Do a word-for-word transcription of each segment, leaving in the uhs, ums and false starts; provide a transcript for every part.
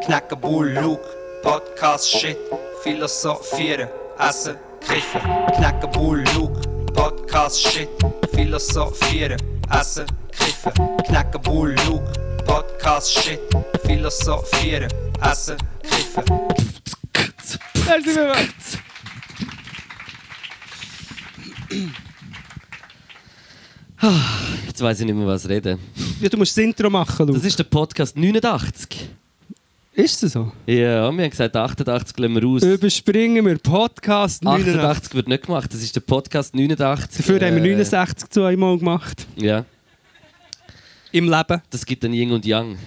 knacken Bull, Luke, Podcast, Shit, philosophieren, essen, kiffen. Knacken Bull, Luke, Podcast, Shit, philosophieren, essen, kiffen. Knacken Bull, Luke, Podcast, Shit, philosophieren, essen, kiffen. Jetzt weiss ich nicht mehr, was reden. Ja, du musst das Intro machen, Luke. Das ist der Podcast neunundachtzig. Ist das so? Ja, wir haben gesagt, achtundachtzig lassen wir raus. Überspringen wir Podcast neunundachtzig. achtundachtzig wird nicht gemacht, das ist der Podcast neunundachtzig. Dafür äh, haben wir neunundsechzig zu einmal gemacht. Ja. Im Leben. Das gibt dann Yin und Yang.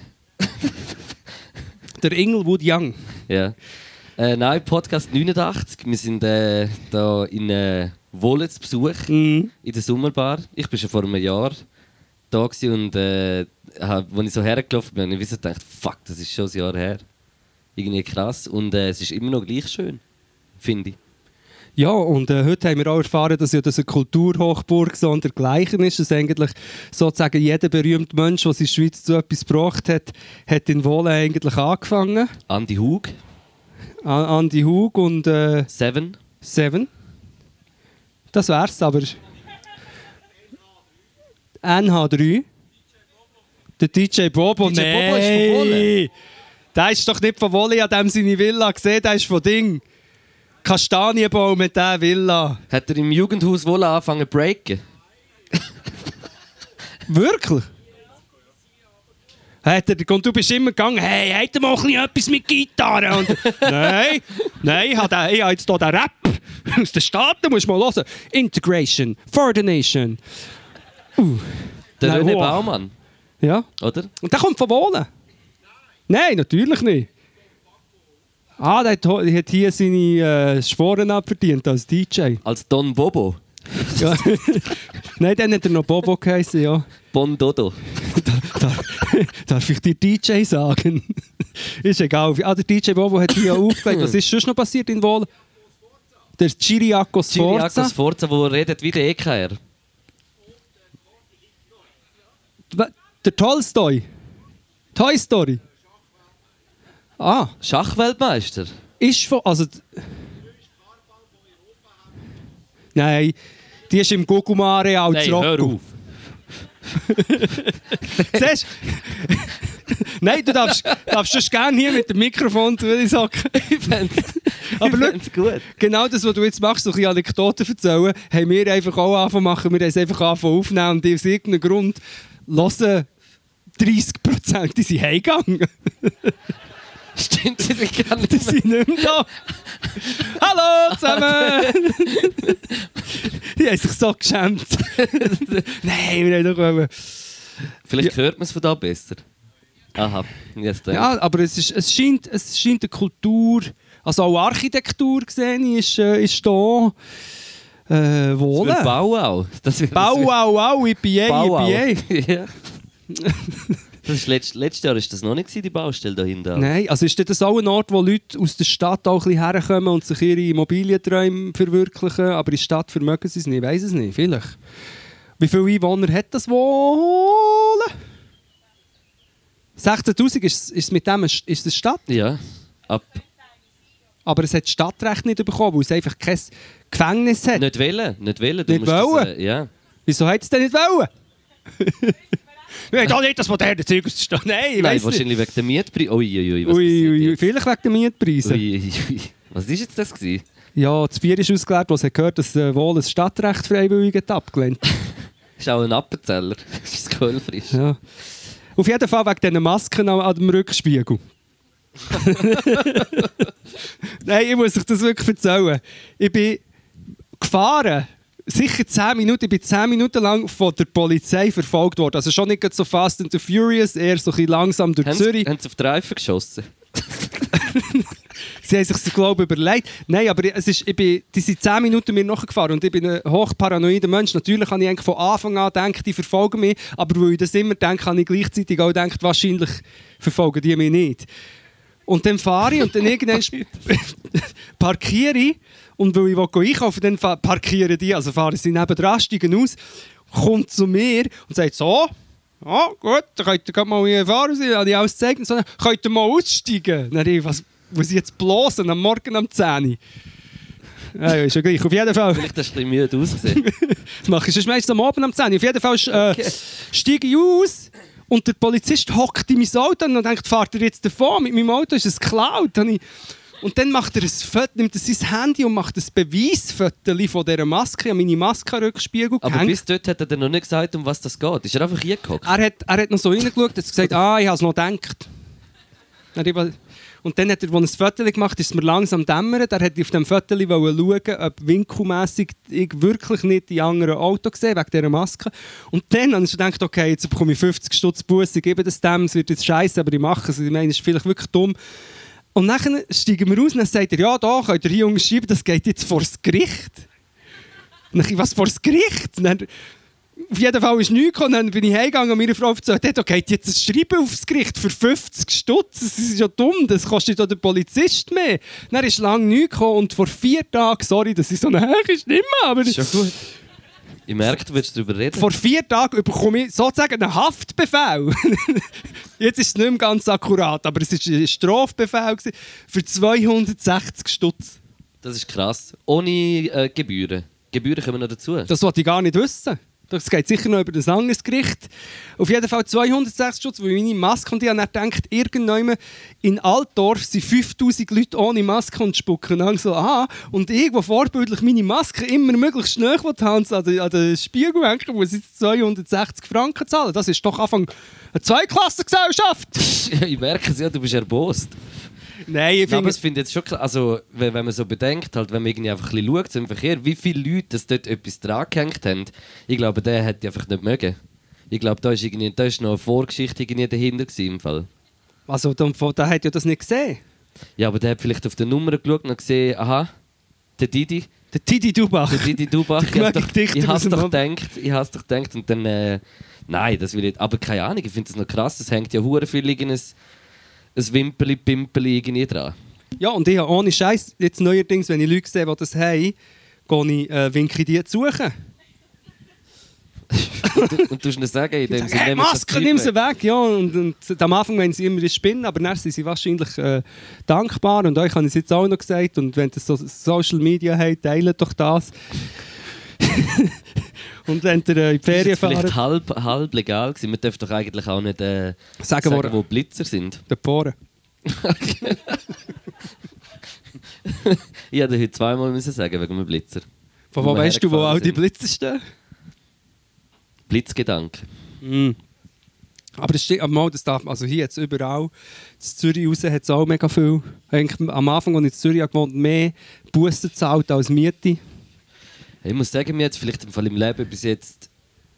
Der Inglewood Young. Ja. Äh, nein, Podcast neunundachtzig. Wir sind äh, da in äh, Wohlen zu Besuch, Mhm. in der Sommerbar. Ich war schon vor einem Jahr da und äh, als ich so hergelaufen bin, habe ich gedacht, fuck, das ist schon ein Jahr her. Irgendwie krass. Und äh, es ist immer noch gleich schön, finde ich. Ja, und äh, heute haben wir auch erfahren, dass ja das eine Kulturhochburg so und dergleichen ist. Dass eigentlich sozusagen jeder berühmte Mensch, der in der Schweiz zu etwas gebracht hat, hat in Wohlen eigentlich angefangen. Andi Hug. A- Andi Hug und äh, Seven. Seven. Das wär's, aber... N H drei. Der D J Bobo. D J Bobo ist von Wohlen. Der ist doch nicht von Wohlen, ich habe dem seine Villa gesehen, der ist von Ding. Kastanienbaum mit dieser Villa. Hat er im Jugendhaus Wohlen angefangen zu breaken? Wirklich? Hat er, und du bist immer gegangen, hey, hat er mal ein bisschen etwas mit Gitarre? Und, nein, nein, ich habe, den, ich habe jetzt hier den Rap aus den Staaten, musst du mal hören. Integration, for the nation. Uh. Der Nein, René oh. Baumann, Ja. oder? Und der kommt von Wohlen? Nein, natürlich nicht. Ah, der hat, der hat hier seine äh, Sporen abverdient als D J. Als Don Bobo. Ja. Nein, dann hat er noch Bobo geheißen, ja. Bon Dodo. Darf, darf ich dir D J sagen? Ist egal. Ah, der D J Bobo hat hier aufgelegt. Was ist sonst noch passiert in Wohlen? Der Ciriaco Sforza. Ciriaco Sforza, der redet wie der E K R. Der Tolstoi. Toy Story. Ah, Schachweltmeister. ist von... Also, nein, die ist im Gugumare-Areal Nein, zu hör Rocco. auf. Siehst du? Nein, du darfst, darfst sonst gerne hier mit dem Mikrofon zu dir sagen. Ich fände Aber es gut. genau das, was du jetzt machst, so ein bisschen Anekdoten erzählen, haben wir einfach auch angefangen machen. Wir haben es einfach angefangen aufnehmen und aus irgendeinem Grund hören dreissig Prozent, die sind heimgegangen. Stimmt, sie sind gar Die nicht mehr. sind nicht mehr da. Hallo zusammen! Die haben sich so geschämt. Nein, wir haben doch wollen. Vielleicht hört man es von da besser. Aha, jetzt Ja, aber es, ist, es, scheint, es scheint eine Kultur, also auch Architektur gesehen, ist, äh, ist da. Äh, Das Wohlen. wird Bau auch. Das wird, Bau, au, au, I P A, Bau I P A. ja. Das ist letzt, letztes Jahr war das noch nicht gewesen, die Baustelle da hinten. Nein, also ist das auch ein Ort, wo Leute aus der Stadt auch ein bisschen herkommen und sich ihre Immobilienträume verwirklichen, aber in der Stadt vermögen sie es nicht, ich weiss es nicht, vielleicht. Wie viele Einwohner hat das Wohlen? sechzehntausend ist, ist es mit dem ist es eine Stadt, Ja, ab. aber es hat das Stadtrecht nicht bekommen, weil es einfach kein Gefängnis hat. Nicht wollen, nicht wollen. Du Nicht musst das, wollen? äh, ja. Wieso hat es denn nicht wollen? Wir haben doch nicht das moderne Zeug aus der Stadt. Nein, ich Nein, weiss nicht. wahrscheinlich wegen der Mietpreise. Ui, ui, ui, was Ui, passiert ui, ui, jetzt? vielleicht wegen der Mietpreise. Ui, ui, ui. Was war jetzt das gewesen? Ja, das Bier ist ausgeleert, was hat gehört, dass äh, wohl das Stadtrecht freiwillig hat abgelehnt. Ist auch ein Appenzeller. Das ist Kohlfrisch. Ja. Auf jeden Fall wegen diesen Masken an, an dem Rückspiegel. Nein, ich muss euch das wirklich erzählen. Ich bin gefahren, sicher zehn Minuten, ich bin zehn Minuten lang von der Polizei verfolgt worden. Also schon nicht so fast and the furious, eher so ein bisschen langsam durch Haben Zürich. sie, haben sie auf die Reifen geschossen? Sie haben sich, glaube ich, überlegt. Nein, aber es ist, ich bin, die sind zehn Minuten mir nachgefahren und ich bin ein hochparanoider Mensch. Natürlich habe ich eigentlich von Anfang an gedacht, die verfolgen mich, aber weil ich das immer denke, habe ich gleichzeitig auch gedacht, wahrscheinlich verfolgen die mich nicht. Und dann fahre ich und dann irgendwann parkiere ich und weil ich einkaufen will, dann parkieren die, also fahren sie nebendran, steigen aus, kommt zu mir und sagt so, «Ah, gut, dann könnt ihr gerade mal hier fahren, dann habe ich alles gezeigt. Und so, könnt ihr mal aussteigen?» Dann ich, was muss ich jetzt bloßen am Morgen um zehn Uhr? Ja, ja, ist ja gleich. Auf jeden Fall. Vielleicht hast du ein bisschen müde ausgesehen. Das mache ich sonst meistens am Abend um zehn Uhr. Auf jeden Fall äh, Okay. steige ich aus und der Polizist hockt in mein Auto und denkt, fahrt er jetzt davon? Mit meinem Auto ist es geklaut. Und dann macht er ein Foto, nimmt er sein Handy und macht ein Beweisfoto von dieser Maske. Ich habe meine Maske an den Rückspiegel Aber gehängt. bis dort hat er dir noch nicht gesagt, um was das geht. Ist er einfach hingehockt? Er hat, er hat noch so reingeschaut und hat gesagt, ah, ich habe es noch gedacht. Dann habe ich- Und dann hat er, als er ein Foto gemacht hat, ist es mir langsam dämmern. Er wollte auf dem Foto schauen, ob winkelmässig ich wirklich nicht die anderen Autos gesehen wegen dieser Maske. Und dann habe ich gedacht, okay, jetzt bekomme ich fünfzig Stutz Busse, ich gebe das dem, es wird jetzt scheiße, aber ich mache es. Ich meine, es ist vielleicht wirklich dumm. Und dann steigen wir raus und dann sagt er, ja, da könnt ihr hier unterschreiben, das geht jetzt vor das Gericht. Und dann, was vor das Gericht? Und dann, auf jeden Fall ist nichts gekommen. Dann bin ich heimgegangen und meine Frau erzählt, da geht jetzt ein Schreiben aufs Gericht für fünfzig Stutz. Das ist ja dumm, das kostet ja der Polizist mehr. Dann ist lange nichts gekommen und vor vier Tagen, sorry, dass ich so eine Höhe stimme, aber Ist schon gut. Ich merke, du willst darüber reden. vor vier Tagen bekomme ich sozusagen einen Haftbefehl. Jetzt ist es nicht mehr ganz akkurat, aber es war ein Strafbefehl gewesen für zweihundertsechzig Stutz. Das ist krass. Ohne äh, Gebühren. Gebühren kommen noch dazu. Das wollte ich gar nicht wissen. Das geht sicher noch über ein anderes Gericht. Auf jeden Fall zweihundertsechzig Stutz, weil meine Maske, und ich habe dann gedacht, irgendwann in Altdorf sind fünftausend Leute ohne Maske und spucken dann so an. Und ich, der vorbildlich meine Maske immer möglichst schnell haben, an den, an den Spiegel hängen, muss jetzt zweihundertsechzig Franken zahlen. Das ist doch Anfang eine Zweiklassengesellschaft. Ich merke es ja, du bist erbost. Nein, ich Ja, aber finde... ich finde jetzt schon klar, also wenn, wenn man so bedenkt, halt, wenn man irgendwie einfach ein bisschen schaut, so im Verkehr, wie viele Leute das dort etwas dran gehängt haben, ich glaube, der hätte einfach nicht mögen. Ich glaube, da ist, irgendwie, da ist noch eine Vorgeschichte irgendwie dahinter gewesen, im Fall. Also, der, der hat ja das nicht gesehen. Ja, aber der hat vielleicht auf die Nummer geschaut und gesehen, aha, der Didi, Der Tidi Dubach. der Didi Dubach, ich Der has doch, Dichter ich aus has dem doch Mob. gedacht, ich has doch gedacht und dann, äh, nein, das will ich nicht. Aber keine Ahnung, ich finde das noch krass, es hängt ja hure viel ein, ein Wimpeli, Pimpeli irgendwie dran. Ja, und ich habe ohne Scheiß jetzt neuerdings, wenn ich Leute sehe, die das haben, gehe ich, äh, winke ich die zu suchen. Und du, und du musst ihnen sagen, in dem Sagen, Sinne, hey, nehmen wir das Maske, Zeug nimm sie weg. weg. Ja, und, und am Anfang wenn sie immer das spinnen, aber dann sind sie wahrscheinlich äh, dankbar. Und euch habe ich es jetzt auch noch gesagt. Und wenn ihr so Social Media habt, teilt doch das. Und wenn ihr äh, in die Das ist Ferien jetzt vielleicht fahrt, halb, halb legal gewesen. Man darf doch eigentlich auch nicht äh, sagen, sagen, wo, wo Blitzer sind. die Poren. Ich hätte heute zweimal müssen sagen wegen einem Blitzer. Von wo wir weißt du, wo hergefahren all die sind. Blitze stehen? Blitzgedanke. Mm. Aber das steht, mal, das darf, also hier jetzt überall, in Zürich raus hat es auch mega viel. Eigentlich am Anfang, als ich in Zürich gewohnt habe, mehr Bussen gezahlt als Miete. Ich muss sagen, mir jetzt vielleicht im Fall im Leben bis jetzt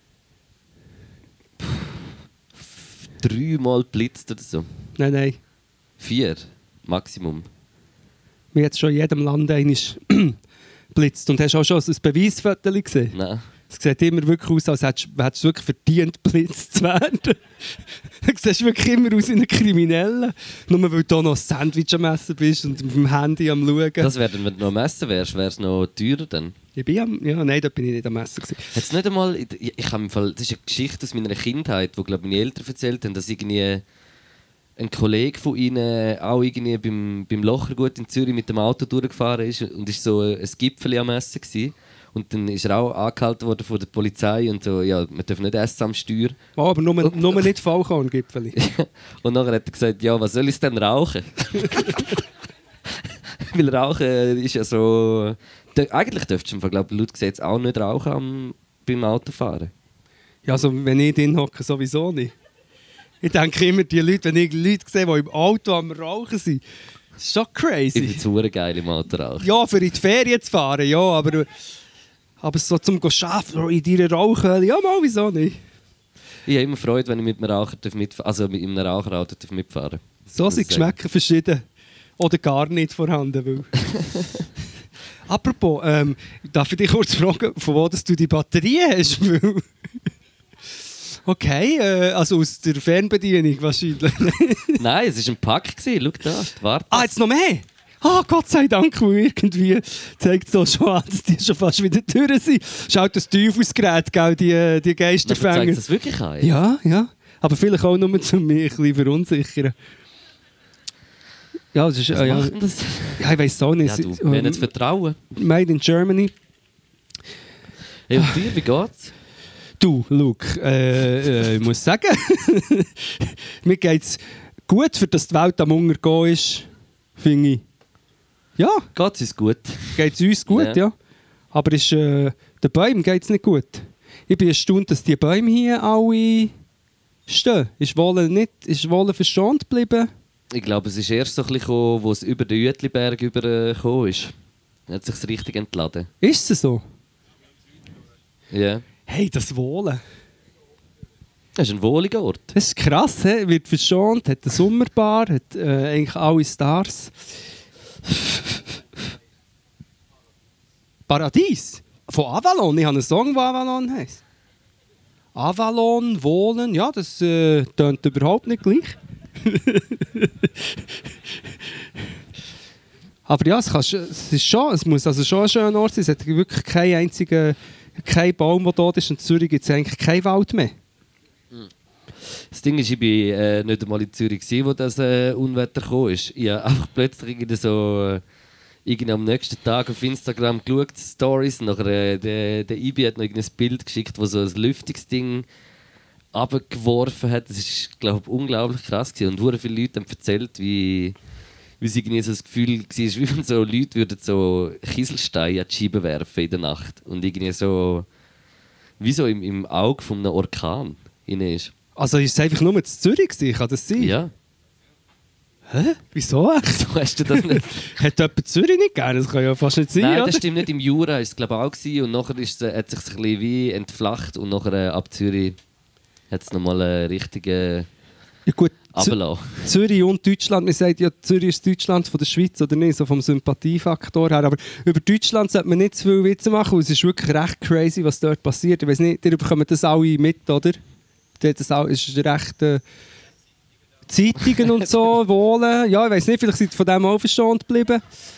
pff, dreimal blitzt oder so. Nein, nein. Vier, Maximum. Mir hat schon in jedem Land einmal blitzt. Und hast du auch schon ein Beweisfoto gesehen? Nein. Es sieht immer wirklich aus, als hättest hättest du wirklich verdient, blitzt zu werden. Du siehst wirklich immer aus wie ein Krimineller. Nur weil du auch noch ein Sandwich am Essen bist und mit dem Handy am Schauen. Das wäre dann, wenn du noch am Essen wärst, wäre es noch teurer dann. Ich bin am... Ja, nein, da bin ich nicht am Essen gewesen. Hat's nicht einmal, ich, ich habe im Fall, das ist eine Geschichte aus meiner Kindheit, wo glaube meine Eltern erzählt haben, dass irgendwie ein Kollege von ihnen auch irgendwie beim, beim Lochergut in Zürich mit dem Auto durchgefahren ist und ist so ein Gipfeli am Essen gewesen. Und dann ist er auch angehalten worden von der Polizei und so, ja, man darf nicht essen am Steuer. Oh, aber nur, nur nicht Vollkorngipfeli. Und nachher hat er gesagt, ja, was soll ich denn rauchen? Weil Rauchen ist ja so... Da, eigentlich dürftest du, glaube ich, laut Gesetz auch nicht rauchen am, beim Autofahren. Ja, also wenn ich drin hocke, sowieso nicht. Ich denke immer, die Leute, wenn ich Leute sehe, die im Auto am Rauchen sind, das ist schon Ich finde crazy. es super geil im Auto rauchen. Ja, für in die Ferien zu fahren, ja, aber, aber so zum Arbeiten in deiner Rauchhöhle, ja, mal, wieso nicht? Ich habe immer Freude, wenn ich mit einem Raucher mitfahren also mit einem Raucherauto mitfahren So sind Geschmäcker verschieden. Oder gar nicht vorhanden. Weil. Apropos, ähm, darf ich dich kurz fragen, von wo dass du die Batterie hast? Weil- okay, äh, also aus der Fernbedienung wahrscheinlich. Nein, es war ein Pack. Gewesen. Schau da, warte. Ah, jetzt noch mehr? Ah, Gott sei Dank, weil irgendwie zeigt es doch schon an, dass die schon fast wieder durch sind. Schaut das Teufelsgerät, gell, die, die Geisterfänger. Zeigt das wirklich an? Ja, ja. Aber vielleicht auch nur, um mich ein bisschen verunsichern. Ja, das ist... Was äh, ja, macht denn das? ja, ich weiss auch nicht. Ja, du, wir haben nicht Vertrauen. Made in Germany. Hey, und dir, wie geht's? Du, Luke, äh, äh, ich muss sagen, mir geht es gut, für dass die Welt am Untergehen ist, finde ich. Ja, Geht's uns gut? geht es uns gut, ja. Ja. Aber ist, äh, den Bäumen geht es nicht gut. Ich bin erstaunt, dass die Bäume hier alle stehen. Ist Wolle nicht, ist Wolle verschont geblieben? Ich glaube, es ist erst so ein bisschen gekommen, wo es über den Jütliberg übergekommen ist. Dann hat es sich richtig entladen. Ist es so? Ja. Hey, das Wohle. Das ist ein wohliger Ort. Das ist krass, he? Wird verschont, hat eine Sommerbar, hat äh, eigentlich alle Stars. Paradies? Von Avalon? Ich habe einen Song, der Avalon heisst. Avalon, Wohlen, ja, das äh, tönt überhaupt nicht gleich. Aber ja, es, kann, es ist schon, es muss also schon ein schöner Ort sein. Es hat wirklich keinen einzigen, kein Baum, der dort ist. In Zürich gibt es eigentlich keinen Wald mehr. Das Ding ist, ich war äh, nicht einmal in Zürich, gewesen, wo das äh, Unwetter kam. Ich habe einfach plötzlich irgendwie so, äh, irgendwie am nächsten Tag auf Instagram geschaut, Stories. Nachher, äh, der, der Ibi hat noch ein Bild geschickt, wo so ein Lüftungsding runtergeworfen hat. Das war, glaube ich, unglaublich krass gewesen. Und sehr viele Leute haben erzählt, wie, wie es irgendwie so das Gefühl war, wie wenn so Leute würden so Kieselsteine an die Scheibe werfen in der Nacht. Und irgendwie so, wie so im, im Auge von einem Orkan rein ist. Also ist es einfach nur in Zürich gewesen? Kann das sein? Ja. Hä? Wieso? So hast du das nicht? Hat jemand Zürich nicht gerne? Das kann ja fast nicht sein, Nein, oder? das stimmt nicht. Im Jura war es, glaube ich, auch. Gewesen. Und nachher ist es, hat es sich ein bisschen wie entflacht. Und nachher äh, ab Zürich hat es nochmal einen richtigen Ja, gut, runtergelassen. Zürich und Deutschland, man sagt ja, Zürich ist Deutschland von der Schweiz, oder nicht? So vom Sympathiefaktor her. Aber über Deutschland sollte man nicht zu viel Witze machen, weil es ist wirklich recht crazy, was dort passiert. Ich weiß nicht, ihr bekommt das alle mit, oder? Das auch, ist recht... Äh, Zeitungen und so, Wohlen. Ja, ich weiß nicht, vielleicht seid ihr von dem auch verschont geblieben.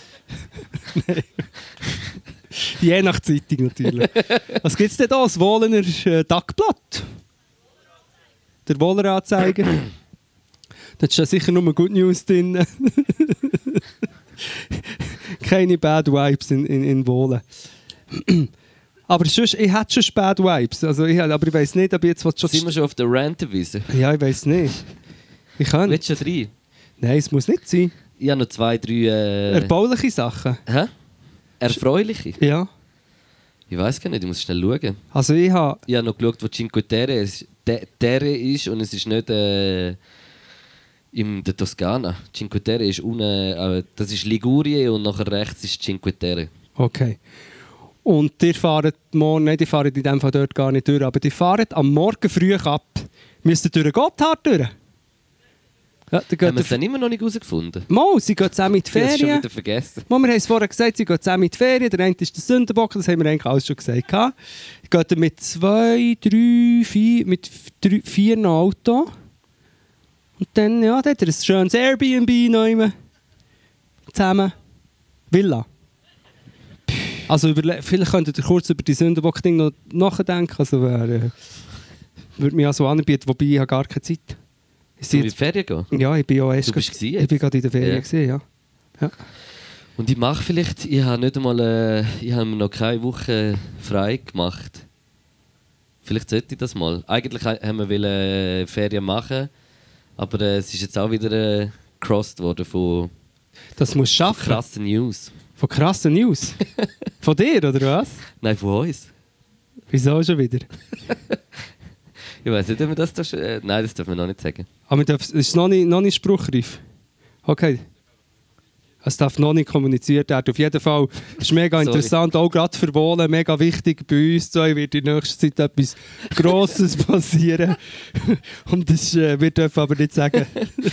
Je nach Zeitung natürlich. Was gibt es denn da? Das Wohlener äh, Tagblatt? Der Wohleranzeiger. Da steht sicher nur Good News drin. Keine Bad Vibes in, in, in Wohlen. Aber sonst, ich hätte schon Bad Vibes. Also ich, aber ich weiß nicht, ob ich jetzt... Schon Sind wir schon auf der Rantenwiese? Ja, ich weiß nicht. Ich kann. Willst du schon rein? Nein, es muss nicht sein. Ich habe noch zwei, drei... Äh... Erbauliche Sachen. Hä? Erfreuliche? Ja. Ich weiß gar nicht, ich muss schnell schauen. Also ich habe... Ich habe noch geschaut, wo Cinque Terre ist, De- Terre ist und es ist nicht äh, in der Toskana. Cinque Terre ist unten... Äh, das ist Ligurien und nachher rechts ist Cinque Terre. Okay. Und die fahren morgen... Nein, die fahren in dem Fall dort gar nicht durch, aber die fahren am Morgen früh ab. Müssen durch den Gotthard durch. Ja, Haben wir es dann immer noch nicht herausgefunden? Mal, sie gehen zusammen in die Ich habe es schon Ferien. wieder vergessen. Mal, wir haben es vorher gesagt, sie gehen zusammen in die Ferien. Der eine ist der Sündenbock, das haben wir eigentlich alles schon gesagt. Sie gehen mit zwei, drei, vier, mit drei, vier noch Auto. Und dann, ja, dann hat er ein schönes Airbnb nehmen. Zusammen. Villa. Also, überle- vielleicht könntet ihr kurz über die Sündenbock-Ding noch nachdenken. Also, wer, äh, würde mich auch so anbieten, wobei ich habe gar keine Zeit. Ich Sollen sehe wir in die Ferien gehen? Ja, ich bin ja erst... Du bist grad- gewesen Ich bin jetzt? gerade in der Ferien, Ja. gewesen, ja. Ja. Und ich mache vielleicht... Ich habe nicht einmal... Äh, ich habe mir noch keine Woche frei gemacht. Vielleicht sollte ich das mal. Eigentlich ha- haben wir wollen, äh, Ferien machen, aber äh, es ist jetzt auch wieder äh, crossed worden von, Das musst du von schaffen. krassen News. Von krassen News. Von dir, oder was? Nein, von uns. Wieso schon wieder? Ich weiß nicht, ob wir das... da schon- Äh, nein, das dürfen wir noch nicht sagen. Aber wir dürfen- es ist noch nicht, noch nicht spruchreif. Okay. Es darf noch nicht kommuniziert werden. Auf jeden Fall ist mega Sorry. interessant, auch gerade für Wohlen, mega wichtig. Bei uns zwei wird in nächster Zeit etwas Grosses passieren. Und das, äh, wir dürfen aber nicht sagen,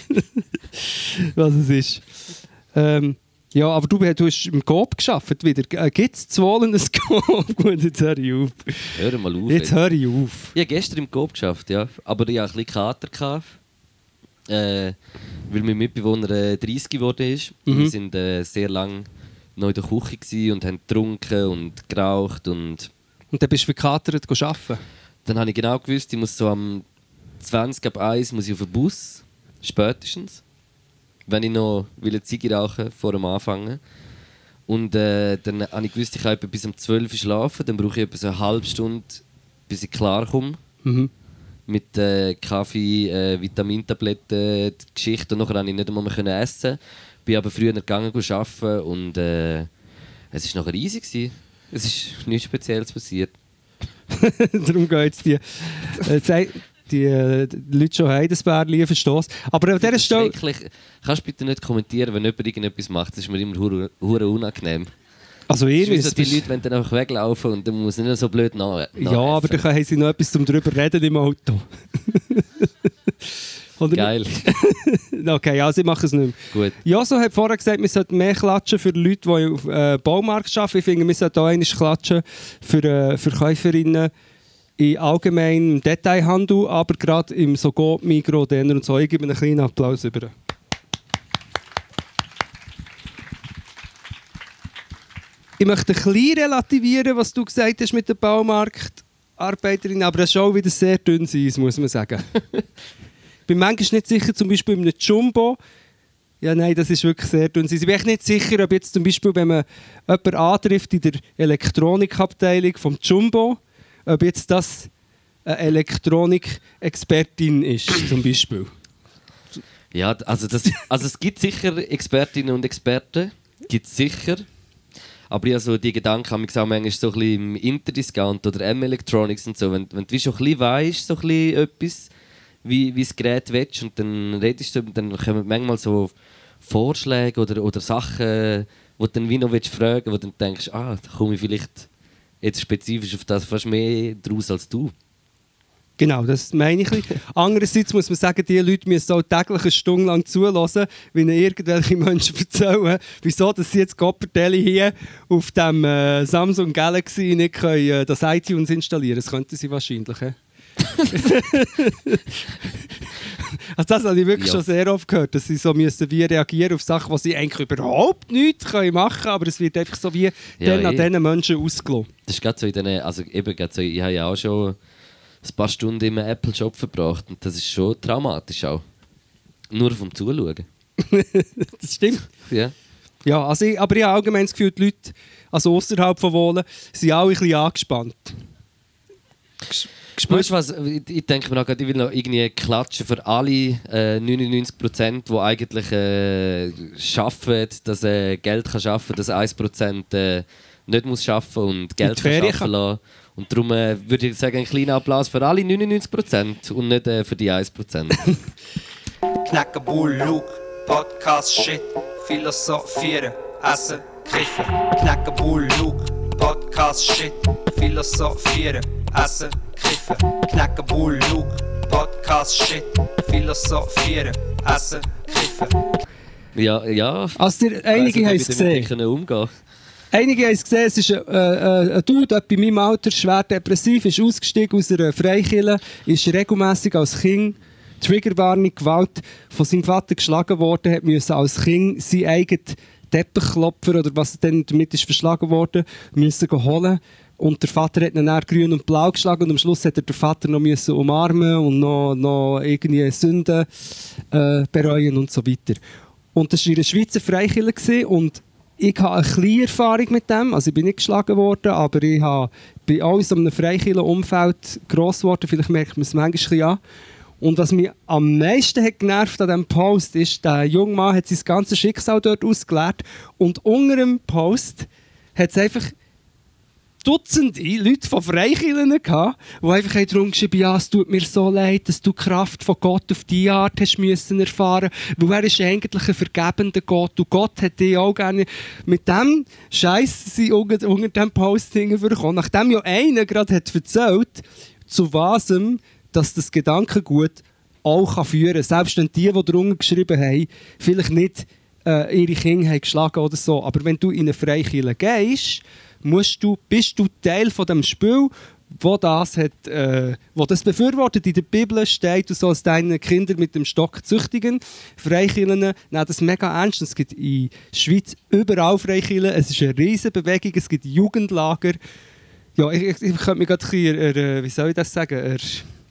was es ist. Ähm, ja, aber du, du hast im Coop gearbeitet wieder. Äh, Gibt es zu Wohlen ein Coop? Gut, jetzt höre ich auf. Hör mal auf. Jetzt höre ich auf. Ich habe gestern im Coop geschafft, ja. Aber ich hatte ein bisschen Kater. Gehabt. Äh, weil mein Mitbewohner äh, dreißig geworden ist. Mhm. Wir waren äh, sehr lange noch in der Küche gewesen und haben getrunken und geraucht. Und Und dann bist du verkatert arbeiten? dann habe ich genau gewusst, ich muss so am zwanzig ab eins muss ich auf den Bus, spätestens, wenn ich noch will eine Ziege rauchen vor dem Anfangen. Und äh, dann habe ich gewusst, ich kann etwa bis um zwölf Uhr schlafen, dann brauche ich etwa so eine halbe Stunde, bis ich klarkomme. Mhm. Mit äh, Kaffee, äh, Vitamintabletten, die Geschichte. Und nachher konnte ich nicht einmal mehr essen. Bin aber früher gegangen arbeiten und äh, es war nachher easy gewesen. Es ist nichts Spezielles passiert. Darum gehen jetzt die, äh, die, äh, die Leute schon heim, das Bärli verstoßen. Aber an dieser Stelle... Schrecklich. Kannst du bitte nicht kommentieren, wenn jemand irgendetwas macht? Das ist mir immer hure hure unangenehm. Also Das ihr ist wie so wisst, die das- Leute, wenn dann einfach weglaufen und dann muss ich nicht so blöd nach. Ja, aber dann haben sie noch etwas zum drüber reden im Auto. Oder Geil. nicht? Okay, also ich mache es nicht mehr. Gut. Joso hat vorher gesagt, wir sollten mehr klatschen für Leute, die auf äh, Baumarkt arbeiten. Ich finde, wir sollten auch einmal klatschen für äh, Verkäuferinnen im allgemeinen Detailhandel, aber gerade im Sogo, Migros, Denner und so. Ich gebe einen kleinen Applaus über. Ich möchte ein bisschen relativieren, was du gesagt hast mit der Baumarktarbeiterinnen, aber das ist auch wieder sehr dünn Eis, muss man sagen. Ich bin manchmal nicht sicher, zum Beispiel in einem Jumbo. Ja, nein, das ist wirklich sehr dünn Eis. Ich bin echt nicht sicher, ob jetzt zum Beispiel, wenn man jemanden antrifft in der Elektronikabteilung vom Jumbo, ob jetzt das eine Elektronikexpertin ist, zum Beispiel. Ja, also, das, also es gibt sicher Expertinnen und Experten. Gibt es sicher. Aber ja, so die Gedanken haben mich auch manchmal so ein bisschen im Interdiscount oder M-Electronics und so. Wenn, wenn du schon ein bisschen weißt, so ein bisschen etwas, wie, wie das Gerät willst, und dann redest du, dann kommen manchmal so Vorschläge oder, oder Sachen, wo du dann wie noch willst fragen, wo du dann denkst, ah, da komme ich vielleicht jetzt spezifisch auf das fast mehr draus als du. Genau, das meine ich. Andererseits muss man sagen, die Leute müssen auch täglich eine Stunde lang zuhören, wie ihnen irgendwelche Menschen erzählen, wieso dass sie jetzt Coppertelli hier auf dem äh, Samsung Galaxy nicht können, äh, das iTunes installieren. Das könnten sie wahrscheinlich. He? Also das habe ich wirklich Ja. schon sehr oft gehört, dass sie so müssen wie reagieren auf Sachen, die sie eigentlich überhaupt nichts können machen können, aber es wird einfach so wie Ja, dann an eh. diesen Menschen ausgelassen. Das ist gerade so in den, also eben gerade so, ich habe ja auch schon ein paar Stunden im Apple Shop verbracht und das ist schon traumatisch auch. Nur vom Zuschauen. Das stimmt. Ja. Ja, also ich, aber ich habe allgemein das Gefühl, die Leute, also außerhalb von Wohlen, sind alle ein bisschen angespannt. Ges- Weißt du was, ich, ich denke mir auch gerade, ich will noch irgendwie klatschen für alle äh, neunundneunzig Prozent, die eigentlich äh, schaffen, dass äh, Geld kann schaffen, dass ein Prozent äh, nicht muss schaffen und Geld die kann Ferien schaffen lassen. Und darum äh, würde ich sagen, ein kleiner Applaus für alle neunundneunzig Prozent und nicht äh, für die ein Prozent. Knackenbull, Luke, Podcast, Shit, Philosophieren, Essen, Kiffen. Knackenbull, Luke, Podcast, Shit, Philosophieren, Essen, Kiffen. Knackenbull, Luke, Podcast, Shit, Philosophieren, Essen, Kiffen. Ja, ja. Also dir, einige haben es gesehen. Können umgehen. Einige haben es gesehen, es ist ein, äh, ein Dude, etwa in meinem Alter, schwer depressiv, ist ausgestiegen aus einer Freikirche, ist regelmässig als Kind, Triggerwarnung, Gewalt, von seinem Vater geschlagen worden, hat müssen als Kind seinen eigenen Teppichklopfer, oder was dann damit ist verschlagen worden, müssen holen. Und der Vater hat ihn dann grün und blau geschlagen und am Schluss hat er den Vater noch müssen umarmen und noch, noch irgendwie Sünden äh, bereuen und so weiter. Und das war in der Schweizer Freikirche gewesen, und ich habe eine kleine Erfahrung mit dem, also ich bin nicht geschlagen worden, aber ich habe, bin auch in so einem Freikirchen-Umfeld gross geworden, vielleicht merkt man es manchmal ein bisschen an. Und was mich am meisten hat genervt an diesem Post ist, der junge Mann hat sein ganzes Schicksal dort ausgeleert und unter dem Post hat es einfach Dutzende Leute von Freikirchen gehabt, die einfach darum geschrieben haben, ja, es tut mir so leid, dass du die Kraft von Gott auf diese Art hast müssen erfahren, weil er ist eigentlich ein vergebender Gott und Gott hat dich auch gerne mit dem Scheiß sie unter, unter dem Post hingekommen. Nachdem ja einer gerade hat erzählt, zu was dass das Gedankengut auch kann führen kann. Selbst wenn die, die darunter geschrieben haben, vielleicht nicht äh, ihre Kinder haben geschlagen oder so. Aber wenn du in eine Freikirche gehst, musst du, bist du Teil von dem Spiel, wo das, hat, äh, wo das befürwortet. In der Bibel steht, du sollst deine Kinder mit dem Stock züchtigen. Freikirchen nehmen das mega ernst. Es gibt in der Schweiz überall Freikirchen. Es ist eine riesige Bewegung. Es gibt Jugendlager. Ja, ich, ich, ich könnte mich gerade ein bisschen, äh, wie soll ich das sagen, er,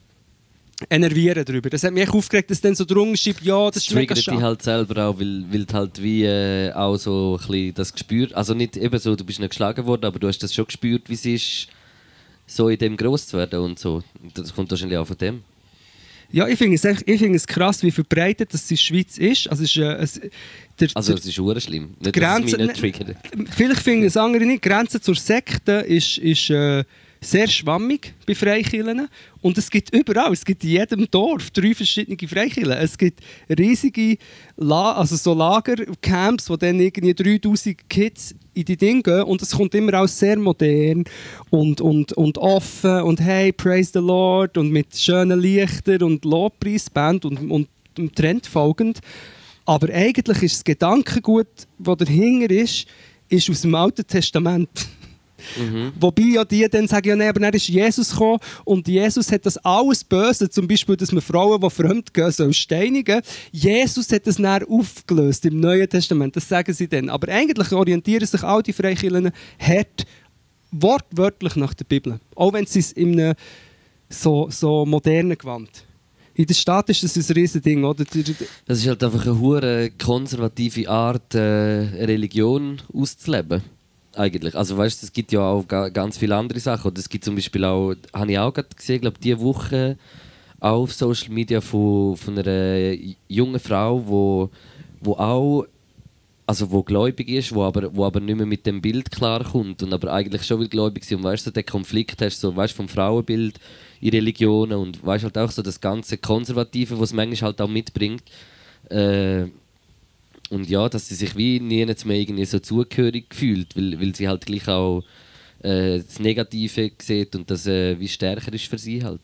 enervieren darüber. Das hat mich echt aufgeregt, dass dann so drunter schreibt, ja, das, das ist mega schade. Die halt selber auch, weil, weil du halt wie äh, auch so ein bisschen das gespürt, also nicht eben so, du bist nicht geschlagen worden, aber du hast das schon gespürt, wie es ist, so in dem gross zu werden und so. Das kommt wahrscheinlich auch von dem. Ja, ich finde es, ich find es krass, wie verbreitet das in der Schweiz ist. Also es ist, äh, es, der, also der, es ist verdammt schlimm. Nicht, Grenze, dass es mich nicht triggert. Vielleicht finden es andere nicht. Die Grenze zur Sekte ist, ist äh, sehr schwammig bei Freikirchen. Und es gibt überall, es gibt in jedem Dorf drei verschiedene Freikirchen. Es gibt riesige La- also so Lagercamps, wo dann irgendwie dreitausend Kids in die Dinge gehen. Und es kommt immer auch sehr modern und, und, und offen und hey, praise the Lord und mit schönen Lichtern und Lobpreisband und, und dem Trend folgend. Aber eigentlich ist das Gedankengut, das dahinter ist, ist aus dem Alten Testament. Mhm. Wobei ja die dann sagen, ja, nee, aber dann ist Jesus gekommen und Jesus hat das alles Böse, zum Beispiel, dass man Frauen, die fremd gehen, soll steinigen. Jesus hat das dann aufgelöst im Neuen Testament, das sagen sie dann. Aber eigentlich orientieren sich all die Freikirchen hart wortwörtlich nach der Bibel. Auch wenn sie es in einem so, so modernen Gewand. In der Stadt ist das ein riesen Ding, oder? Das ist halt einfach eine hure konservative Art, äh, Religion auszuleben. Eigentlich. Also weißt du, es gibt ja auch ga- ganz viele andere Sachen. Oder es gibt zum Beispiel auch, habe ich auch gerade gesehen, glaube diese Woche auch auf Social Media von, von einer jungen Frau, wo, wo auch, also wo gläubig ist, wo aber, wo aber nicht mehr mit dem Bild klarkommt und aber eigentlich schon will gläubig sein. Und weißt du, den Konflikt hast so, weißt, vom Frauenbild in Religionen und weißt halt auch so das ganze Konservative, was es manchmal halt auch mitbringt. Äh, Und ja, dass sie sich wie nie mehr irgendwie so zugehörig fühlt, weil, weil sie halt gleich auch äh, das Negative sieht und das äh, wie stärker ist für sie halt.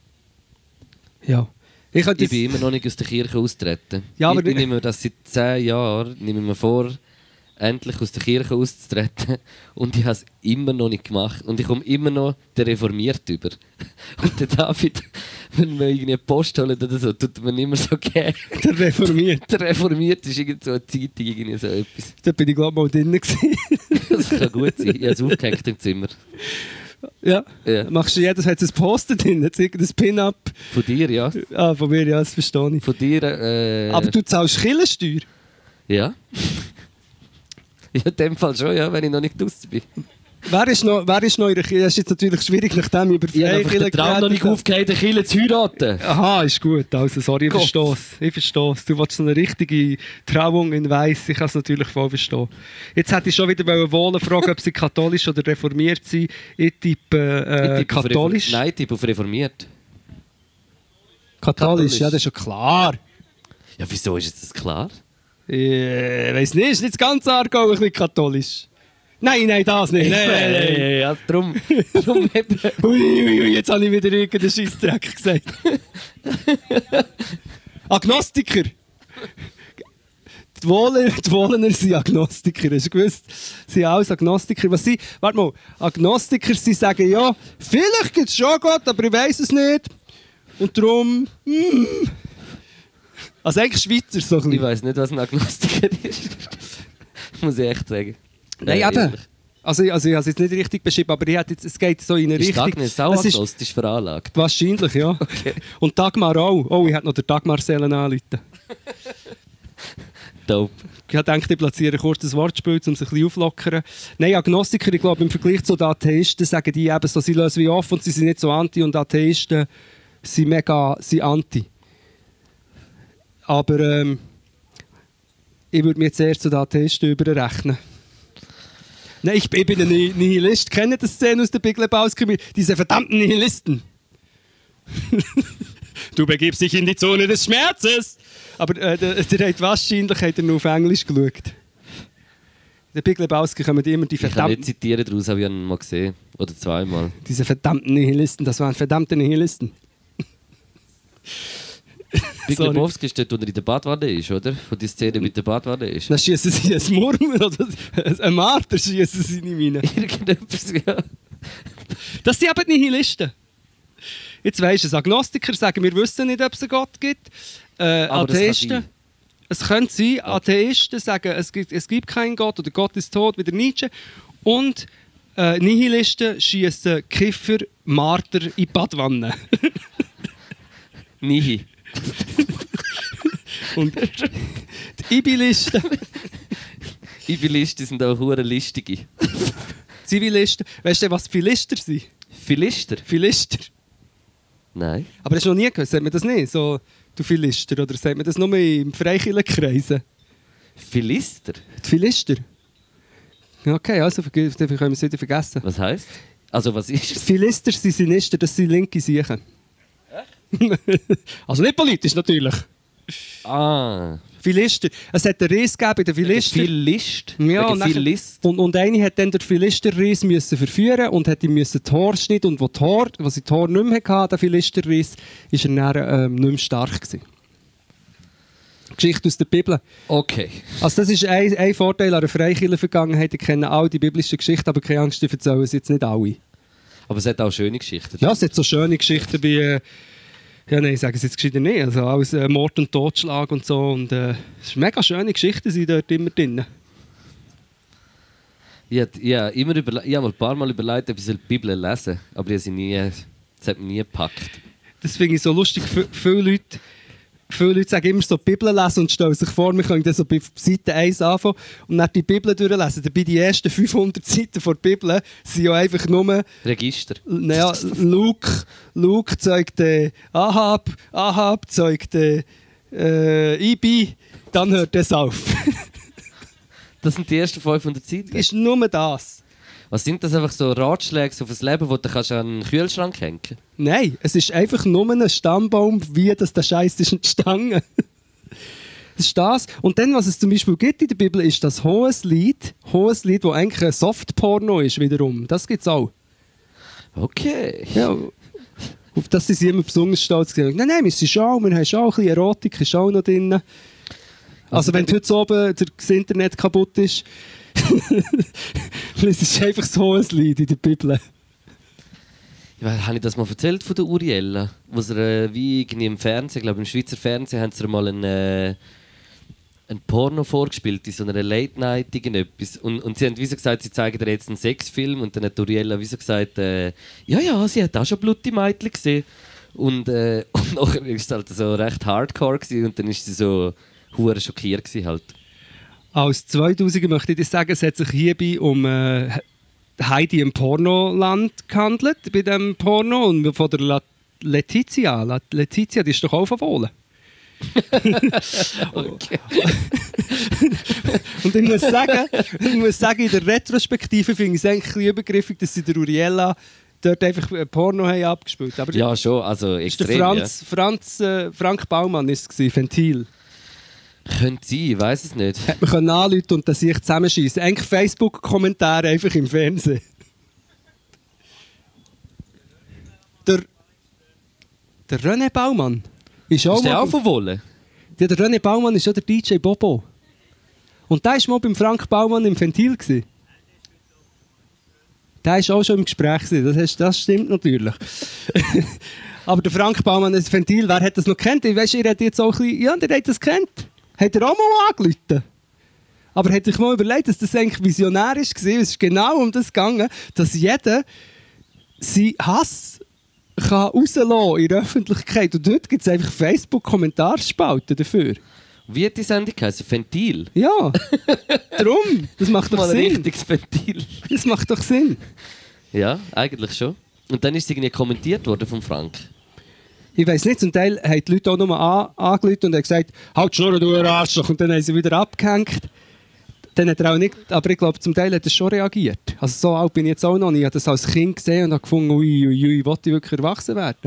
Ja. Ich, ich bin immer noch nicht aus der Kirche austreten. Ja, aber ich, ich nehme mir das seit zehn Jahren nehme mir vor, endlich aus der Kirche auszutreten und ich habe es immer noch nicht gemacht und ich komme immer noch der Reformiert über. Und der David, wenn wir irgendwie eine Post holen oder so, tut man immer so gerne. Der Reformiert. Der Reformiert ist irgendwie so eine Zeitung, irgendwie so etwas. Da bin ich glaube mal drinnen gewesen. Das kann gut sein. Ich habe es aufgehängt im Zimmer. Ja. Ja. Machst du jedes, hat es ein Poster drin, hat es irgendein Pin-Up? Von dir, ja. Ah, von mir, ja, das verstehe ich. Von dir, äh... Aber du zahlst Kirchensteuer? Ja. Ja, in dem Fall schon, ja, wenn ich noch nicht draussen bin. Wer ist noch, wer ist noch in der Kirche? Das ist jetzt natürlich schwierig, nachdem ich über Ich habe den Traum noch nicht aufgehört, eine Kirche zu heiraten. Aha, ist gut. Also, sorry, ich verstehe es. Ich verstehe es. Du willst so eine richtige Trauung in Weiss. Ich kann es natürlich voll verstehen. Jetzt hätte ich schon wieder wollen fragen, ob sie katholisch oder reformiert sind. Ich tippe, äh, ich tippe katholisch. Nein, ich tippe auf reformiert. Katholisch, katholisch, ja, das ist schon klar. Ja, wieso ist das klar? Ich äh, weiss nicht, ist nicht das ganze Aargau ein bisschen katholisch? Nein, nein, das nicht. Nein, nein, nein. Ja, drum. drum ui, ui, ui, jetzt habe ich wieder irgendeinen Scheissdreck gesagt. Agnostiker. Die Wohler, die Wohlener sind Agnostiker. Hast du gewusst? Sie sind alles Agnostiker. Was sie, warte mal, Agnostiker, sie sagen ja, vielleicht gibt es schon Gott, aber ich weiss es nicht. Und darum, mm. Also eigentlich Schweizer so ein bisschen. Ich weiss nicht, was ein Agnostiker ist. Muss ich echt sagen. Nein, äh, eben. Also, also ich habe es jetzt nicht richtig beschrieben, aber ich jetzt, es geht so in eine ist Richtung... Ist Agnes auch agnostisch veranlagt? Wahrscheinlich, ja. Okay. Und Dagmar auch. Oh, ich hätte noch den Dagmar Selen anrufen. Dope. Ich habe gedacht, ich platziere kurz ein Wortspiel, um sich ein bisschen aufzulockern. Nein, Agnostiker, ich glaube, im Vergleich zu den Atheisten sagen die eben so, sie lösen wie offen und sie sind nicht so anti und Atheisten sind mega sind anti. Aber ähm, ich würde mich jetzt erst zu den Atheisten überrechnen. Nein, ich, ich bin ein Nihilist. Kennt ihr die Szene aus der Big Lebowski? Diese verdammten Nihilisten. Du begibst dich in die Zone des Schmerzes. Aber äh, der, der hat wahrscheinlich hat er nur auf Englisch geschaut. In der Big Lebowski kommen immer die verdammten... Ich kann nicht zitieren daraus, habe ich ihn mal gesehen. Oder zweimal. Diese verdammten Nihilisten, das waren verdammte Nihilisten. Big Lebowski ist dort, wo er in der Badwanne ist, oder? Wo die Szene mit der Badwanne ist. Dann schießen sie ein Murmel oder ein Marter schießen sie in meine. Irgendetwas, ja. Das sind aber die Nihilisten. Jetzt weisst du es, Agnostiker sagen, wir wissen nicht, ob es einen Gott gibt. Äh, Aber das kann Atheisten, sein. es könnte sein, Atheisten sagen, es gibt, es gibt keinen Gott oder Gott ist tot, wie der Nietzsche. Und äh, Nihilisten schießen Kiffer, Marter in die Badwanne. Nihi. Und die Ibilisten, Ibilisten sind auch hure listige. Zivilisten, weißt du, was Philister sind? Philister? Philister. Nein. Aber hast du noch nie gehört, sagt man das nicht? So, du Philister, oder sagt man das nur im Freikirchenkreisen? Philister? Die Philister. Okay, also verg- dann können wir es wieder vergessen. Was heisst? Also was ist es? Philister sind Sinister, das sind linke Siechen. Also nicht politisch natürlich. Ah. Philister. Es hat einen Riss gegeben bei den Philister. Philist? Ja, Wegen und, nachher- Philist? und, und eine hat dann den Philisterriss müssen verführen und hat ihm müssen Tor schneiden. Und wo Tor, wo sie Tor nicht mehr hatte, der Philisterriss, ist er dann ähm, nicht mehr stark gewesen. Geschichte aus der Bibel. Okay. Also das ist ein, ein Vorteil an der Freikirchenvergangenheit. Ich kenne alle die biblischen Geschichten, aber keine Angst, ich erzähle es jetzt nicht alle. Aber es hat auch schöne Geschichten. Ja, es hat so schöne Geschichten wie... Äh, ja, nein, ich sage es jetzt gescheiter nicht. Also alles äh, Mord und Totschlag und so. Und äh, es sind mega schöne Geschichten sind dort immer drin. Ich habe ja, immer überle- ich habe mal ein paar Mal überlegt, ob ich die Bibel lesen soll. Aber ich habe sie nie, es hat mich nie gepackt. Das finde ich so lustig. V- viele Leute... Viele Leute sagen immer so die Bibel lesen und stellen sich vor, wir können dann so bei Seite eins anfangen und dann die Bibel durchlesen. Dabei die ersten fünfhundert Seiten der Bibel sind ja einfach nur... Register. Naja, Luke, Luke zeugt äh, Ahab, Ahab zeugt äh, äh, Ibi, dann hört es auf. Das sind die ersten fünfhundert Seiten. Ist nur das. Was sind das einfach so Ratschläge auf das Leben, wo du kannst an den Kühlschrank hängen kannst? Nein, es ist einfach nur ein Stammbaum, wie das der Scheiß ist entstanden. Das ist das. Und dann, was es zum Beispiel gibt in der Bibel, ist das Hoheslied. Hoheslied, das eigentlich ein Softporno ist wiederum. Das gibt es auch. Okay. Ja, auf das sind sie immer besonders stolz gewesen. Nein, nein, wir sind schon, wir haben schon ein bisschen Erotik, ist auch noch drin. Also, Also wenn heute oben das Internet kaputt ist, es ist einfach so ein Lied in der Bibel. Ja, habe ich das mal erzählt von der Uriella? Wo sie äh, wie irgendwie im Fernsehen, ich glaube im Schweizer Fernsehen, haben sie ihr mal einen, äh, ein Porno vorgespielt, in so einer Late-Night irgendetwas. Und, und sie haben wie so gesagt, sie zeigen dir jetzt einen Sexfilm. Und dann hat Uriella wie so gesagt, äh, ja, ja, sie hat auch schon blutige Mädchen gesehen. Und, äh, und nachher war es halt so recht hardcore gewesen, und dann war sie so hure schockiert gewesen halt. Als zweitausender möchte ich dir sagen, es hat sich hierbei um äh, Heidi im Pornoland gehandelt, bei diesem Porno. Und von der La Letizia. La Letizia, die ist doch auch von Wohlen. Okay. Und ich muss sagen, ich muss sagen, in der Retrospektive finde ich es eigentlich ein bisschen übergriffig, dass sie der Uriella dort einfach ein Porno haben abgespielt. Aber Ja, schon, also ist der extrem, Franz, Franz, äh, Frank Baumann ist es gewesen, Ventil. ja. Könnte sein, ich weiss es nicht. Hat man können anrufen und das sich zusammenschießen. Eigentlich Facebook-Kommentare einfach im Fernsehen. Der, der René Baumann ist auch Ist der mal- auch von Wolle? Ja, der René Baumann ist ja der D J Bobo. Und der war mal beim Frank Baumann im Ventil. Gewesen. Der war auch schon im Gespräch. Gewesen. Das, heißt, das stimmt natürlich. Aber der Frank Baumann ist Ventil. Wer hat das noch kennt? Ich weiss, ihr habt jetzt auch ein bisschen... Ja, der hat das kennt. Hat er auch mal angerufen. Aber hat sich mal überlegt, dass das eigentlich visionär war. Es ist genau um das gegangen, dass jeder seinen Hass kann rauslassen in der Öffentlichkeit. Und dort gibt es einfach Facebook-Kommentarspalten dafür. Wie hat die Sendung geheißen? Ventil? Ja, drum. Das macht doch Mal ein Sinn. richtiges Ventil. Das macht doch Sinn. Ja, eigentlich schon. Und dann ist es irgendwie kommentiert worden von Frank. Ich weiss nicht, zum Teil haben die Leute auch nur an, angerufen und haben gesagt, halt Schnurren, du Arschloch, und dann haben sie wieder abgehängt. Dann hat er auch nicht, aber ich glaube, zum Teil hat er schon reagiert. Also so alt bin ich jetzt auch noch nicht. Ich habe das als Kind gesehen und habe gefunden, ui, ui, ui, wollte ich wirklich erwachsen werden?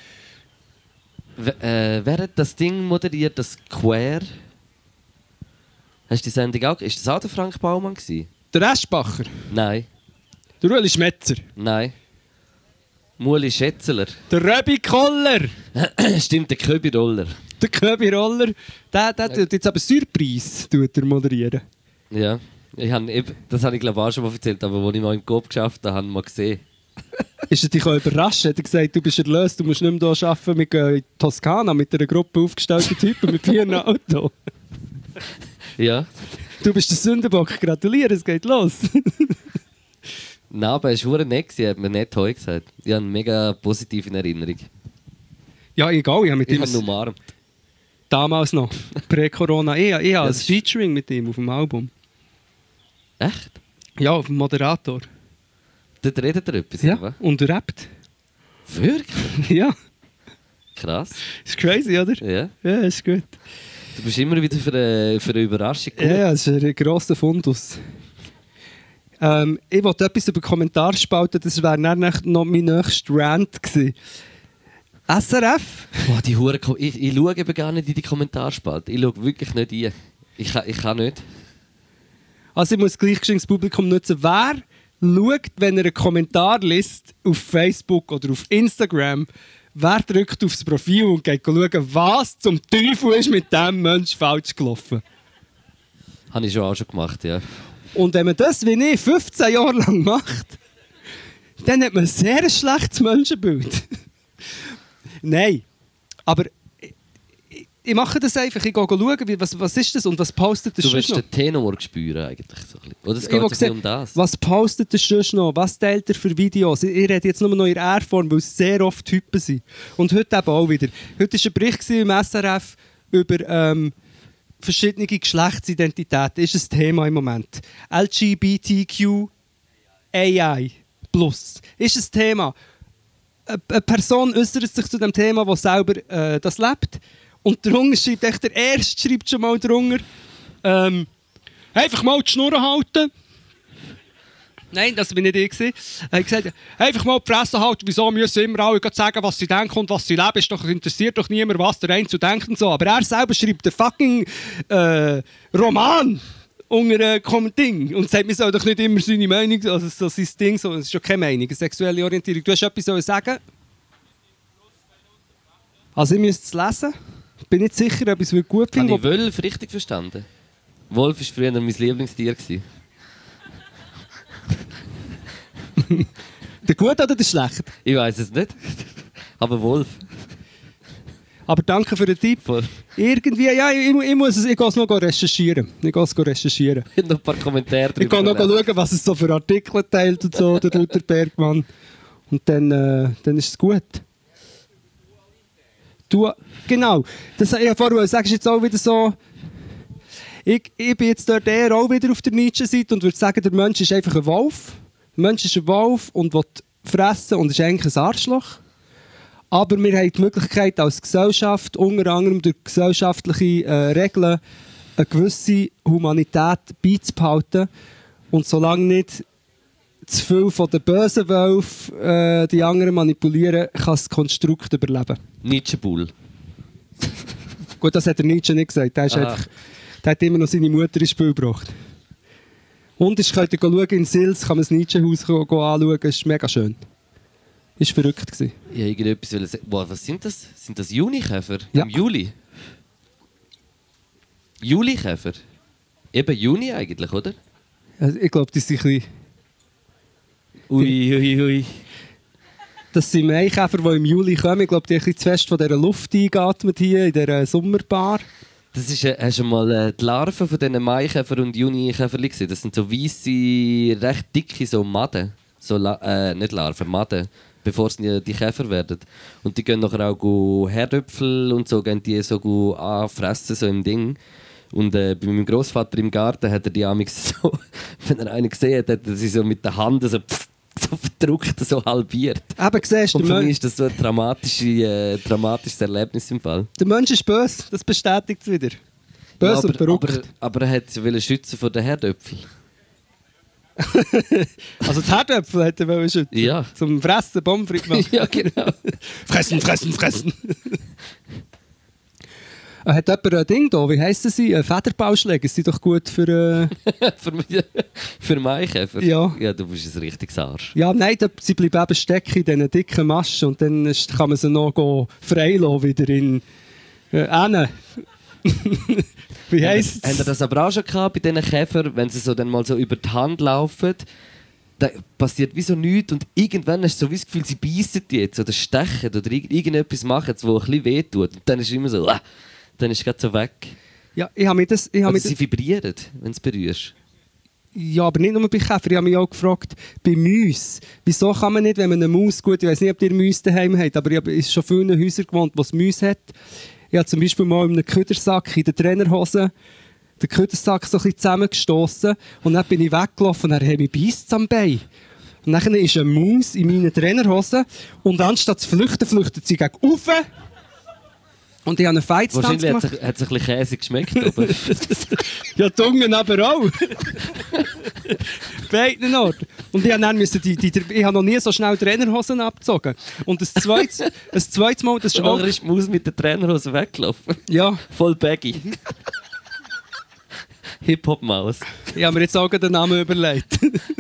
W äh, wer hat das Ding moderiert, das Quer? Hast du die Sendung auch... Ist das auch der Frank Baumann gewesen? Der Eschbacher, Nein. der Ueli Schmetzer, Nein. Muli Schätzeler. der Röbi Koller, Stimmt, der Köbi-Roller. der Köbi Roller, der, der tut jetzt aber Surprise tut er moderieren. Ja. Ich hab, eben- das habe ich glaube auch schon mal erzählt, aber als ich mal im Coop geschafft habe, habe ich mal gesehen. Ist er dich auch überrascht? Hat er gesagt, du bist erlöst, du musst nicht mehr hier arbeiten, wir gehen in Toskana mit einer Gruppe aufgestellter Typen mit vier Autos. Ja. Du bist der Sündenbock, gratuliere, es geht los. Nein, aber er war nett, er hat mir nicht heu gesagt. Ich habe ihn mega positiv in Erinnerung. Ja, egal, ich habe mit Ich ihm habe ihn umarmt. damals noch, prä-Corona, ich, ich habe ein das ist- Featuring mit ihm auf dem Album. Echt? Ja, auf dem Moderator. Dort redet er etwas, Ja, oder was? und rappt. Wirklich? Ja, Krass. ist crazy, oder? Ja. Ja, ist gut. Du bist immer wieder für eine, für eine Überraschung gut. Ja, das ist ein grosser Fundus. Ähm, ich wollte etwas über Kommentare spalten, das wäre dann noch mein nächster Rant gewesen. S R F? Boah, die Hure, ich, ich schaue eben gar nicht in die Kommentarspalte. Ich schaue wirklich nicht ein. Ich kann, ich kann nicht. Also ich muss gleich das Publikum nutzen. Wer schaut, wenn er einen Kommentar liest auf Facebook oder auf Instagram, wer drückt aufs Profil und geht schauen, was zum Teufel ist mit diesem Menschen falsch gelaufen? Habe ich schon auch schon gemacht, ja. Und wenn man das wie ich fünfzehn Jahre lang macht, dann hat man ein sehr schlechtes Menschenbild. Nein, aber ich, ich, ich mache das einfach. Ich gehe schauen, wie, was, was ist das und was postet das Du sonst willst noch. den Tenor spüren eigentlich. So ein bisschen. Oder es Ich geht will jetzt sehen, nicht um das. was postet das sonst noch? Was teilt er für Videos? Ich ich rede jetzt nur noch in R-Form, weil es sehr oft Typen sind. Und heute eben auch wieder. Heute war ein Bericht im S R F über ähm, verschiedene Geschlechtsidentitäten. Das ist ein Thema im Moment. L G B T Q A I plus ist ein Thema. Eine Person äußert sich zu dem Thema, die selber äh, das lebt. Und drunter schreibt echt, der Erste schreibt schon mal drunter, ähm, einfach mal die Schnur halten. Nein, das war nicht ich. Er hat gesagt, einfach mal die Fresse halten, wieso müssen immer alle sagen, was sie denken und was sie leben. Ist doch, interessiert doch niemand, was der eine zu denken und so. Aber er selber schreibt den fucking äh, Roman unter ein Ding und sagt, man soll doch nicht immer seine Meinung, also so sein Ding, so, das ist schon keine Meinung, eine sexuelle Orientierung. Du hast etwas sollen sagen? Also ich müsste es lesen. Ich bin nicht sicher, ob ich es gut finde. Habe ich Wolf richtig verstanden? Wolf war früher mein Lieblingstier. gewesen. Der gut oder der schlecht? Ich weiß es nicht. Aber Wolf. Aber danke für den Tipp. Voll. Irgendwie, ja, ich, ich, muss es, ich gehe es noch recherchieren. Ich gehe es recherchieren. Ich habe noch ein paar Kommentare Ich gehe noch gelesen. schauen, was es so für Artikel teilt und so, der Luther Bergmann. Und dann, äh, dann ist es gut. Du, genau. Das, ich vorher sagst jetzt auch wieder so. Ich, ich bin jetzt dort eher auch wieder auf der Nietzsche-Seite und würde sagen, der Mensch ist einfach ein Wolf. Der Mensch ist ein Wolf und will fressen und ist eigentlich ein Arschloch. Aber wir haben die Möglichkeit als Gesellschaft, unter anderem durch gesellschaftliche äh, Regeln, eine gewisse Humanität beizubehalten. Und solange nicht zu viel von den bösen Wölfen äh, die anderen manipulieren, kann das Konstrukt überleben. Nietzsche-Bull. Gut, das hat der Nietzsche nicht gesagt. Der, ist Ah. einfach, der hat immer noch seine Mutter ins Spiel gebracht. Und ich könnt ihr schauen, in Sils kann man das Nietzsche-Haus go- go anschauen. Es ist mega schön. Ist verrückt gewesen. Ich wollte irgendetwas wollen sagen. Boah, was sind das? Sind das Junikäfer? Ja. Im Juli? Julikäfer? Eben Juni eigentlich, oder? Also ich glaube, das sind, ein bisschen, Ui, ui, ui. das sind Maikäfer, die im Juli kommen. Ich glaube, die haben ein bisschen zu fest von dieser Luft eingeatmet hier in dieser Sommerbar. Das ist, äh, hast du mal äh, die Larven von diesen Maikäfer und Junikäfer gesehen? Das sind so weisse, recht dicke so Maden. So La äh, nicht Larven, Maden, bevor sie die Käfer werden. Und die gehen nachher auch go Herdöpfel und so, gehen die so go anfressen, so im Ding. Und äh, bei meinem Großvater im Garten hat er die amigs so, wenn er einen gesehen hat, hat er sie so mit der Hand so, pff, so verdruckt, so halbiert. Eben, siehst du, Und der, für mich Men ist das so ein dramatische, äh, dramatisches Erlebnis im Fall. der Mensch ist böse. Das bestätigt es wieder. Böse Ja, aber, und verrückt. aber, aber er hat sie wollen schützen vor den Herdöpfeln. Also die Herdöpfel hätte er schützen. Ja. Zum Fressen, Pommes frites machen. Ja, genau. Fressen, fressen, fressen. Äh, Hat jemand ein Ding da? Wie heissen sie? Ein Federbauschläger. Sind doch gut für... Äh... für, mich- für Maikäfer? Ja. Ja, du bist ein richtiges Arsch. Ja, nein, da, sie bleiben eben stecken in diesen dicken Maschen und dann ist, kann man sie noch go freilassen, wieder in... Äh, hinten. Wie heisst Habt ihr es? das aber auch schon gehabt bei diesen Käfern, wenn sie so dann mal so über die Hand laufen, da passiert wie so nichts und irgendwann hast du so wie das Gefühl, sie beißen dich jetzt oder stechen oder irg- irgendetwas machen, das ein bisschen wehtut. Und dann ist es immer so, ah, dann ist es gerade so weg. Ja, ich habe mir das... Ich habe Oder mir sie das vibrieren, wenn du es berührst. ja, aber nicht nur bei Käfer. Ich habe mich auch gefragt, bei Mäusen. Wieso kann man nicht, wenn man eine Maus... Gut, ich weiß nicht, ob ihr Mäuse daheim habt, aber ich habe in schon vielen Häusern gewohnt, wo es Mäuse hat. Ich habe zum Beispiel mal in einem Ködersack in der Trainerhose den Ködersack so ein bisschen zusammengestossen und dann bin ich weggelaufen und dann habe ich beisst am Bein. Und dann ist eine Maus in meinen Trainerhosen und anstatt zu flüchten, flüchtet sie gegen rauf. Und ich habe einen Feitstanz Wahrscheinlich hat gemacht. es hat es ein bisschen Käse geschmeckt. Aber Ja, die Ungen aber auch. Beiden Orten. Und ich habe dann müssen die, die, die, ich habe noch nie so schnell Trainerhosen abgezogen. Und das zweite, das zweite Mal, das ist und auch... dann ist die Maus mit der Trainerhose weggelaufen. Ja, Voll baggy. Hip-Hop-Maus. ich habe mir jetzt auch den Namen überlegt.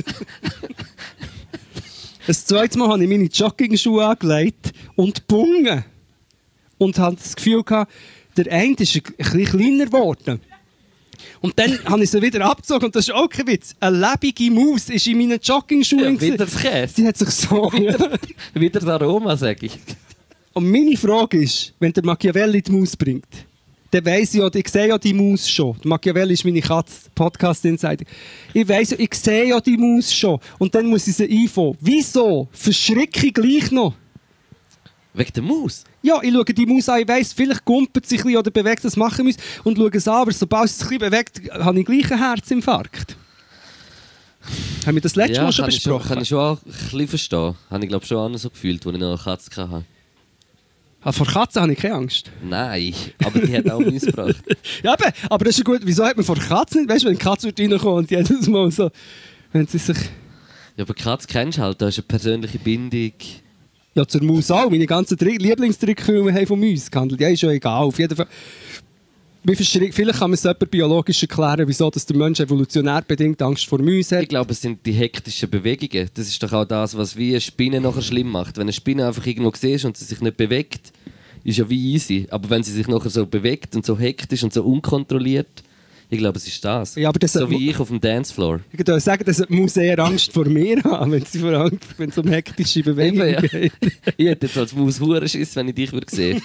Das zweite Mal habe ich meine Jogging-Schuhe angelegt und Bungen. Und hatte das Gefühl gehabt, der eine ist ein bisschen kleiner geworden. Und dann habe ich sie wieder abgezogen und das ist auch kein Witz. Eine lebende Maus ist in meinen Jogging-Schuhen. Ja, wieder das Käse. Die hat sich so... Wieder, wieder das Aroma, sage ich. Und meine Frage ist, wenn der Machiavelli die Maus bringt, dann weiss ich ja, ich sehe ja die Maus schon. Die Machiavelli ist meine Katze, Podcast-Insider. Ich weiss ja, ich sehe ja die Maus schon. Und dann muss ich sie einfangen. Wieso? Verschrecke ich gleich noch. Wegen der Maus? Ja, ich schaue die Maus an, ich weiss, vielleicht gumpert sie ein bisschen oder bewegt, das machen muss. Und schaue es an, aber sobald es sich ein bisschen bewegt, habe ich gleich einen Herzinfarkt. Haben wir das letzte Ja, Mal schon kann ich schon, besprochen? kann ich schon auch ein bisschen verstehen. Habe ich glaube schon auch noch so gefühlt, als ich noch eine Katze hatte. Ah, vor Katzen habe ich keine Angst. Nein, aber die hat auch Maus gebracht. Ja, aber, aber das ist ja gut. Wieso hat man vor Katzen nicht? Weißt du, wenn die Katze reinkommt und jedes Mal so, wenn sie sich... Ja, aber Katze kennst du halt, da ist eine persönliche Bindung. Ja, zur Maus auch. Meine ganzen Tri- Lieblingstrickfilme haben von Mäusen gehandelt. Ja, ist ja egal. Auf jeden Fall. Wie verschrick- Vielleicht kann man es jemand biologisch erklären, wieso dass der Mensch evolutionär bedingt Angst vor Mäusen Ich hat. glaube, es sind die hektischen Bewegungen. Das ist doch auch das, was wie eine Spinne nachher schlimm macht. Wenn eine Spinne einfach irgendwo siehst und sie sich nicht bewegt, ist ja wie easy. Aber wenn sie sich nachher so bewegt und so hektisch und so unkontrolliert, ich glaube, es ist das. Ja, aber das so hat- wie ich auf dem Dancefloor. Ich würde sagen, dass die Maus eher Angst vor mir haben, wenn sie vor allem, wenn es um hektische Bewegungen Eben, ja. geht. Ich hätte jetzt als Maus hure Schiss, wenn ich dich würde sehen.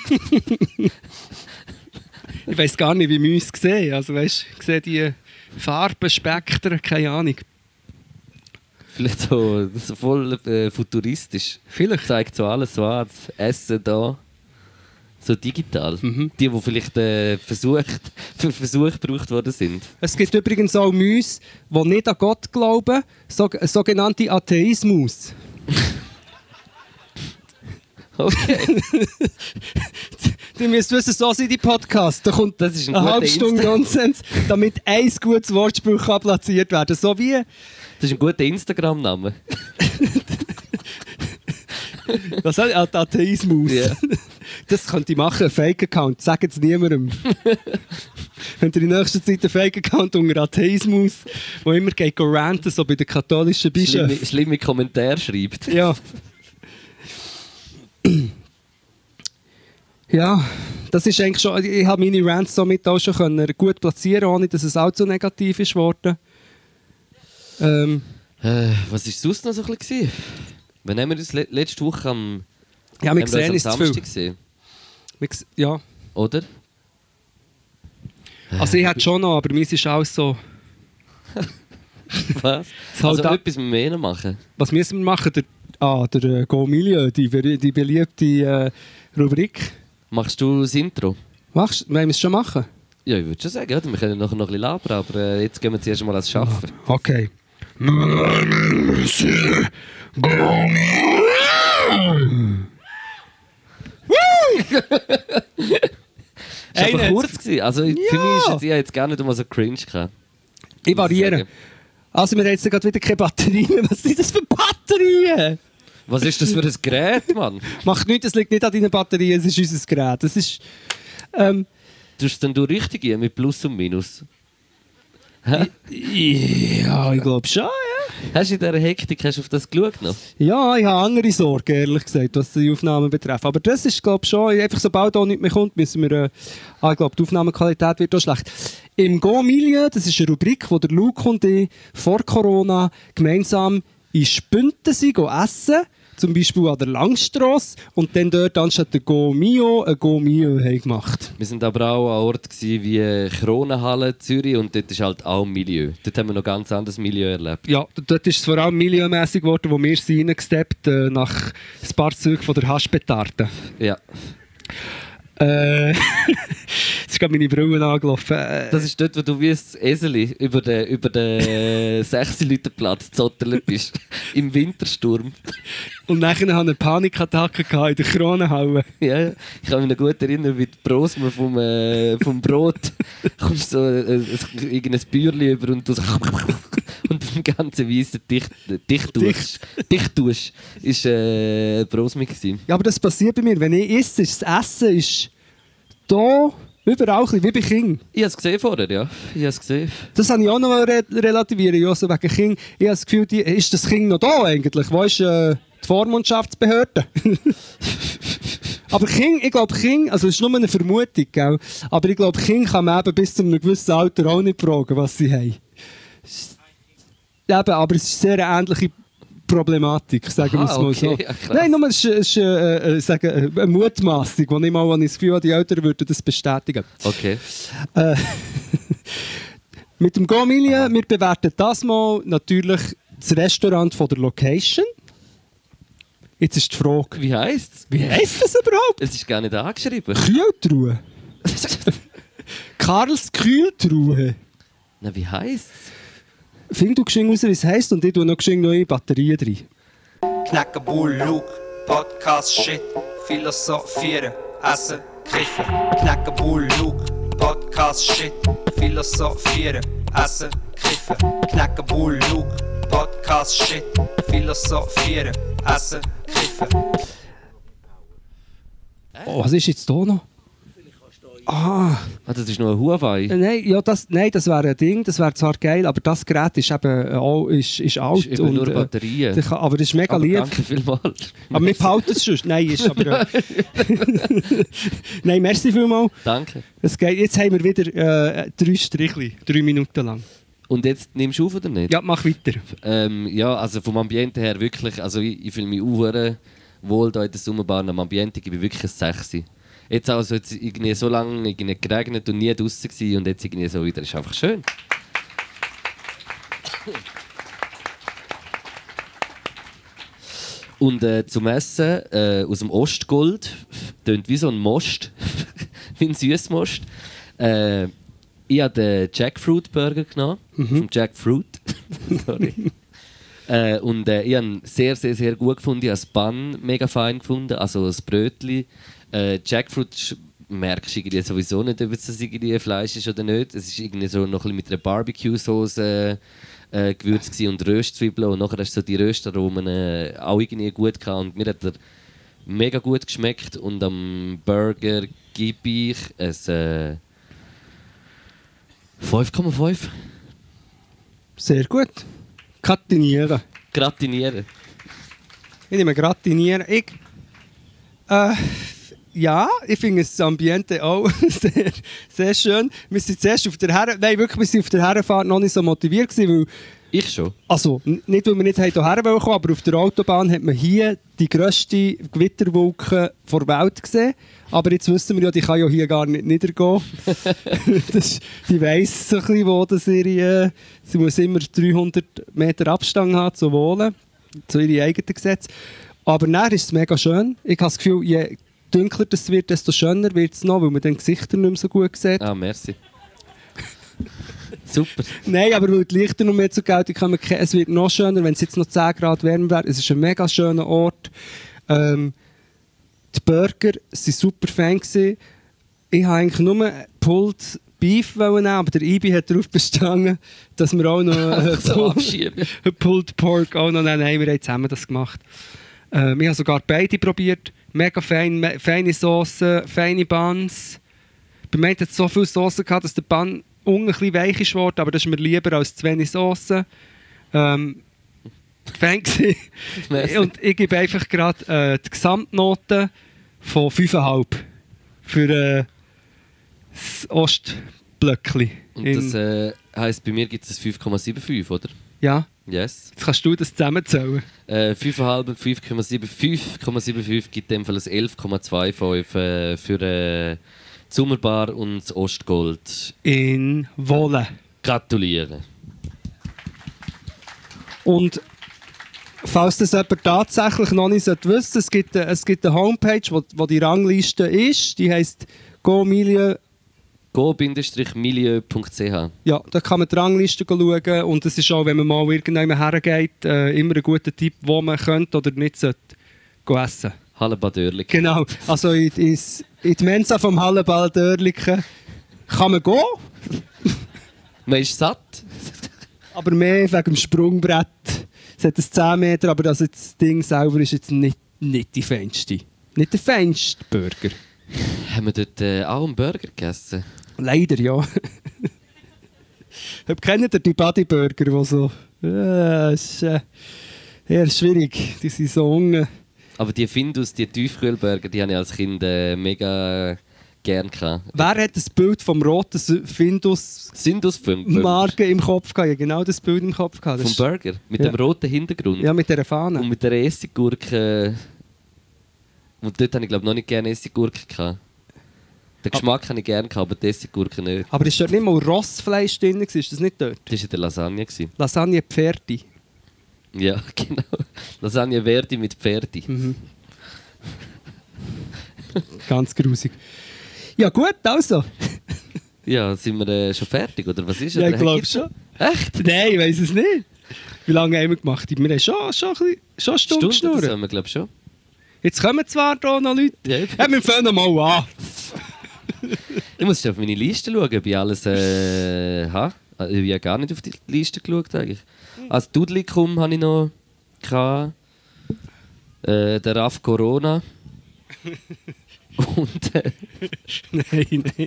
Ich weiss gar nicht, wie Mäuse sehen. Also weißt, ich sehe die Farben, Spektren, keine Ahnung. Vielleicht so, so voll äh, futuristisch. Vielleicht. Zeigt so alles so an, das Essen da. So digital. Mhm. Die, die vielleicht äh, versucht, für Versuche gebraucht worden sind. Es gibt übrigens auch Mäuse, die nicht an Gott glauben, so, sogenannte Atheismus. Okay. Die müsst wissen, so sind die Podcasts. Da kommt Das ist ein eine guter halbe Stunde Insta- Nonsens, damit ein gutes Wortspiel kann platziert werden. So wie... Das ist ein guter Instagram-Name. Was soll ich? Atheismus. Ja. Das könnte ich machen, ein Fake-Account. Sagt es niemandem. Wenn ihr in nächster Zeit einen Fake-Account unter Atheismus, wo immer geht go ranten, so bei den katholischen Schlimme, Bischöfen. schlimme Kommentare schreibt. Ja. Ja, das ist eigentlich schon... Ich habe meine Rants somit auch schon können gut platzieren, ohne dass es allzu negativ ist worden. Ähm, Äh, was war sonst noch so ein bisschen? Wann haben wir uns le letzte Woche am, ja, wir haben wir sehen uns es am zu viel. Samstag gesehen? Wir s- Ja. Oder? Also ich hätte schon noch, aber meins ist auch so... Was? Es halt Also da- etwas müssen wir noch machen. Was müssen wir machen? Der, ah, der äh, Go Milieu, die, be- die beliebte äh, Rubrik. Machst du das Intro? Machst, wollen wir es schon machen? Ja, ich würde schon sagen, oder? Wir können nachher noch ein bisschen labern, aber äh, jetzt gehen wir zuerst mal ans Arbeiten. Okay. Das war aber Einer kurz. Gewesen. Also, Für mich ist jetzt, ich habe jetzt gar nicht einmal so cringe gehabt. Ich variiere. sagen. Also wir haben jetzt gerade wieder keine Batterien mehr. Was sind das für Batterien? Was ist das für ein Gerät, Mann? Macht nichts, es liegt nicht an deinen Batterien, es ist unser Gerät. Das ist... Ähm, Tust du denn du richtig ein, mit Plus und Minus? ja, ich glaube schon, ja. Hast du in dieser Hektik hast du auf das geschaut noch? Ja, ich habe andere Sorgen, ehrlich gesagt, was die Aufnahmen betrifft. Aber das ist, glaube ich, schon... Einfach sobald da nichts mehr kommt, müssen wir... Äh, ah, ich glaube, die Aufnahmequalität wird auch schlecht. Im Go Milieu, das ist eine Rubrik, wo der Luke und ich vor Corona gemeinsam in Spünten sind, gehen essen, zum Beispiel an der Langstrasse, und dann dort anstatt der Go Mio ein Go Mio haben gemacht. Wir waren aber auch an Ort wie Kronenhalle, Zürich, und dort ist halt auch ein Milieu. Dort haben wir noch ein ganz anderes Milieu erlebt. Ja, dort ist es vor allem milieumässig geworden, wo wir sind reingesteppt äh, nach ein paar Zügen von der Haschpetarde. Ja. Äh, Jetzt ist gerade meine Brille angelaufen. Äh, Das ist dort, wo du wie ein Eseli über den, über den sechs-Leute-Platz zottelt bist. Im Wintersturm. Und nachher hatte ich eine Panikattacke in der Kronenhalle. Ja, ja. Ich kann mich noch gut erinnern, wie die Brosme vom, äh, vom Brot kommst so äh, irgendein Bäuerchen über und du so und vom ganzen Weissen dicht, dicht tust. Dicht tust. Ist äh, Brosme gewesen. Ja, aber das passiert bei mir. Wenn ich esse, ist das Essen ist da überall, ein bisschen wie bei Kindern. Ich habe es gesehen vorher, ja. Ich habe es gesehen. Das habe ich auch noch mal re relativieren. Ja, so wegen Kind. Ich habe das Gefühl, die, ist das Kind noch da eigentlich? Wo ist äh, die Vormundschaftsbehörde? Aber King, ich glaube, King, also es ist nur eine Vermutung, gell? Aber ich glaube, King kann man eben bis zu einem gewissen Alter auch nicht fragen, was sie haben. Eben, aber es ist eine sehr ähnliche Problematik, sagen wir es mal so. Okay, ja, Nein, nur es ist, es ist äh, äh, sagen, eine Mutmaßung, wo ich mal wenn ich das Gefühl habe, die Eltern würden das bestätigen. Okay. Äh, mit dem Gomilie, wir bewerten das mal natürlich das Restaurant von der Location. Jetzt ist die Frage, Wie heisst es? wie heisst das überhaupt? Es ist gar nicht angeschrieben. Kühltruhe. Karls Kühltruhe. Na, wie heisst es? Find du geschwind raus, wie es heisst, und ich tue noch geschwind neue Batterien drin. Knackenbull, Luke, Podcast, Shit, Philosophieren, Essen, Kiffen. Knackenbull, Luke, Podcast, Shit, Philosophieren, Essen, Kiffen. Knackenbull, Luke, Podcast, Shit, Philosophieren, Essen, Kiffen. Oh, was ist jetzt hier noch? Ah, Ah, das ist noch ein Huawei. äh, nein, ja, das, nein, das wäre ein Ding, das wäre zwar geil, aber das Gerät ist eben äh, auch, ist, ist alt. Ist eben und, nur äh, Batterien. das kann, aber das ist mega Aber lieb. danke vielmals. Aber wir behalten es schon. Nein, ist aber... Äh, nein, merci vielmals. Danke. Es geht, jetzt haben wir wieder äh, drei Strichli, drei Minuten lang. Und jetzt nimmst du auf oder nicht? Ja, mach weiter. Ähm, ja, also vom Ambiente her wirklich, also ich, ich fühle mich auch wohl da in der Sommerbahn. Am Ambiente gebe ich wirklich ein Sechsi. Jetzt also jetzt irgendwie so lange irgendwie geregnet und nie draußen gewesen und jetzt irgendwie so wieder, ist einfach schön. Und äh, zum Essen äh, aus dem Ostgold, tönt wie so ein Most, wie ein Süßmost. Äh, ich habe den Jackfruit Burger genommen, mhm. vom Jackfruit. Sorry. Äh, und äh, ich habe ihn sehr, sehr, sehr gut gefunden. Ich habe das Bun mega fein gefunden, also das Brötchen. Äh, Jackfruit merkst du irgendwie sowieso nicht, ob es das irgendwie Fleisch ist oder nicht. Es war irgendwie so noch ein bisschen mit einer Barbecue-Sauce äh, gewürzt und Röstzwiebeln. Und nachher hast du so die Röstaromen äh, auch irgendwie gut gehabt. Und mir hat er mega gut geschmeckt. Und am Burger gebe ich ein äh, fünf Komma fünf. Sehr gut. Gratinieren. Gratinieren. Ich nehme Gratinieren. Ich... Äh... Ja, ich finde das Ambiente auch sehr, sehr schön. Wir sind zuerst auf der Herren... Nein, wirklich, wir sind auf der Herrenfahrt noch nicht so motiviert gewesen, weil... Ich schon. Also, n- nicht, weil wir nicht hierher kommen, aber auf der Autobahn hat man hier die grösste Gewitterwolke der Welt gesehen. Aber jetzt wissen wir ja, die kann ja hier gar nicht niedergehen. das, die weiss so ein bisschen, wo das ihre... Äh, sie muss immer dreihundert Meter Abstand haben zu wohnen, zu ihren eigenen Gesetzen. Aber dann ist es mega schön. Ich habe das Gefühl, je dunkler es wird, desto schöner wird es noch, weil man dann die Gesichter nicht mehr so gut sieht. Ah, merci. Super. Nein, aber weil die Lichter noch mehr zur Geltung kommen, es wird noch schöner, wenn es jetzt noch zehn Grad wärmer wäre. Es ist ein mega schöner Ort. Ähm, die Burger waren super fein gewesen. Ich wollte eigentlich nur Pulled Beef nehmen, aber der Ibi hat darauf bestanden, dass wir auch noch äh, so abschieben. Pulled Pork auch noch nehmen. Nein, wir haben zusammen das gemacht. Äh, wir haben sogar beide probiert. Mega fein, me feine Soße, feine Buns. Bei mir hat es so viel Soße gehabt, dass der Bun unten ein bisschen weich ist geworden, aber das ist mir lieber als zu wenig Soße. Ähm, fein gewesen. Und ich gebe einfach gerade äh, die Gesamtnote von fünf Komma fünf für äh, das Ostblöckli. Und das äh, heisst, bei mir gibt es fünf Komma fünfundsiebzig, oder? Ja. Yes. Jetzt kannst du das zusammenzählen. Äh, fünf Komma fünf und fünf Komma sieben fünf Komma sieben fünf gibt in dem Fall ein elf Komma fünfundzwanzig äh, für äh, die Sommerbar und das Ostgold. In Wolle. Gratulieren. Und falls das jemand tatsächlich noch nicht wissen, es gibt, es gibt eine Homepage, wo, wo die Rangliste ist. Die heisst Go Milieu. go Bindestrich milieu Punkt c h. Ja, da kann man die Rangliste schauen. Und es ist auch, wenn man mal irgendjemand hergeht, äh, immer ein guter Tipp, wo man könnte oder nicht sollte go essen. Hallenbad Oerlikon. Genau. Also in, ins, in die Mensa vom Hallenbad Oerlikon kann man gehen, Man ist satt. aber mehr wegen dem Sprungbrett. Es hat ein zehn Meter, aber das, jetzt, das Ding selber ist jetzt nicht, nicht die feinste. Nicht der feinste Burger. Haben wir dort äh, auch einen Burger gegessen? Leider, ja. Kennt ihr die Bodyburger, die so... Äh, ist äh, eher schwierig. Die sind so unge... Aber die Findus, die Tiefkühlburger, die habe ich als Kind äh, mega gern gehabt. Wer hat das Bild vom roten Findus Findus vom Burger? Marke im Kopf gehabt? Ja, genau das Bild im Kopf gehabt. Das Vom ist- Burger? Mit Ja. dem roten Hintergrund? Ja, mit dieser Fahne. Und mit der Essiggurke. Und dort habe ich glaube noch nicht gerne Essiggurke gehabt. Den Geschmack habe ich gerne gehabt, aber die Essiggurke nicht. Aber ist dort nicht mal Rossfleisch drin? Ist das nicht dort? Das war in der Lasagne. Gewesen. Lasagne Pferdi. Ja, genau. Lasagne Verdi mit Pferdi. Mhm. Ganz grusig. Ja gut, also. Ja, sind wir äh, schon fertig, oder was ist es? Ja, ich Oder glaube gibt's- schon. Echt? Nein, ich weiß es nicht. Wie lange haben wir gemacht? Wir haben schon, schon, ein bisschen- schon eine Stunde Stunde, das geschnurrt. haben wir glaube schon. Jetzt kommen zwar hier noch Leute. Ja, ich- Ja, wir fangen noch mal an. Ich muss schon auf meine Liste schauen, ob ich alles äh, habe. Ich habe ja gar nicht auf die Liste geschaut eigentlich. Als Dudlikum habe ich noch gehabt, äh, der Raff Corona. Und äh, Nein, nein.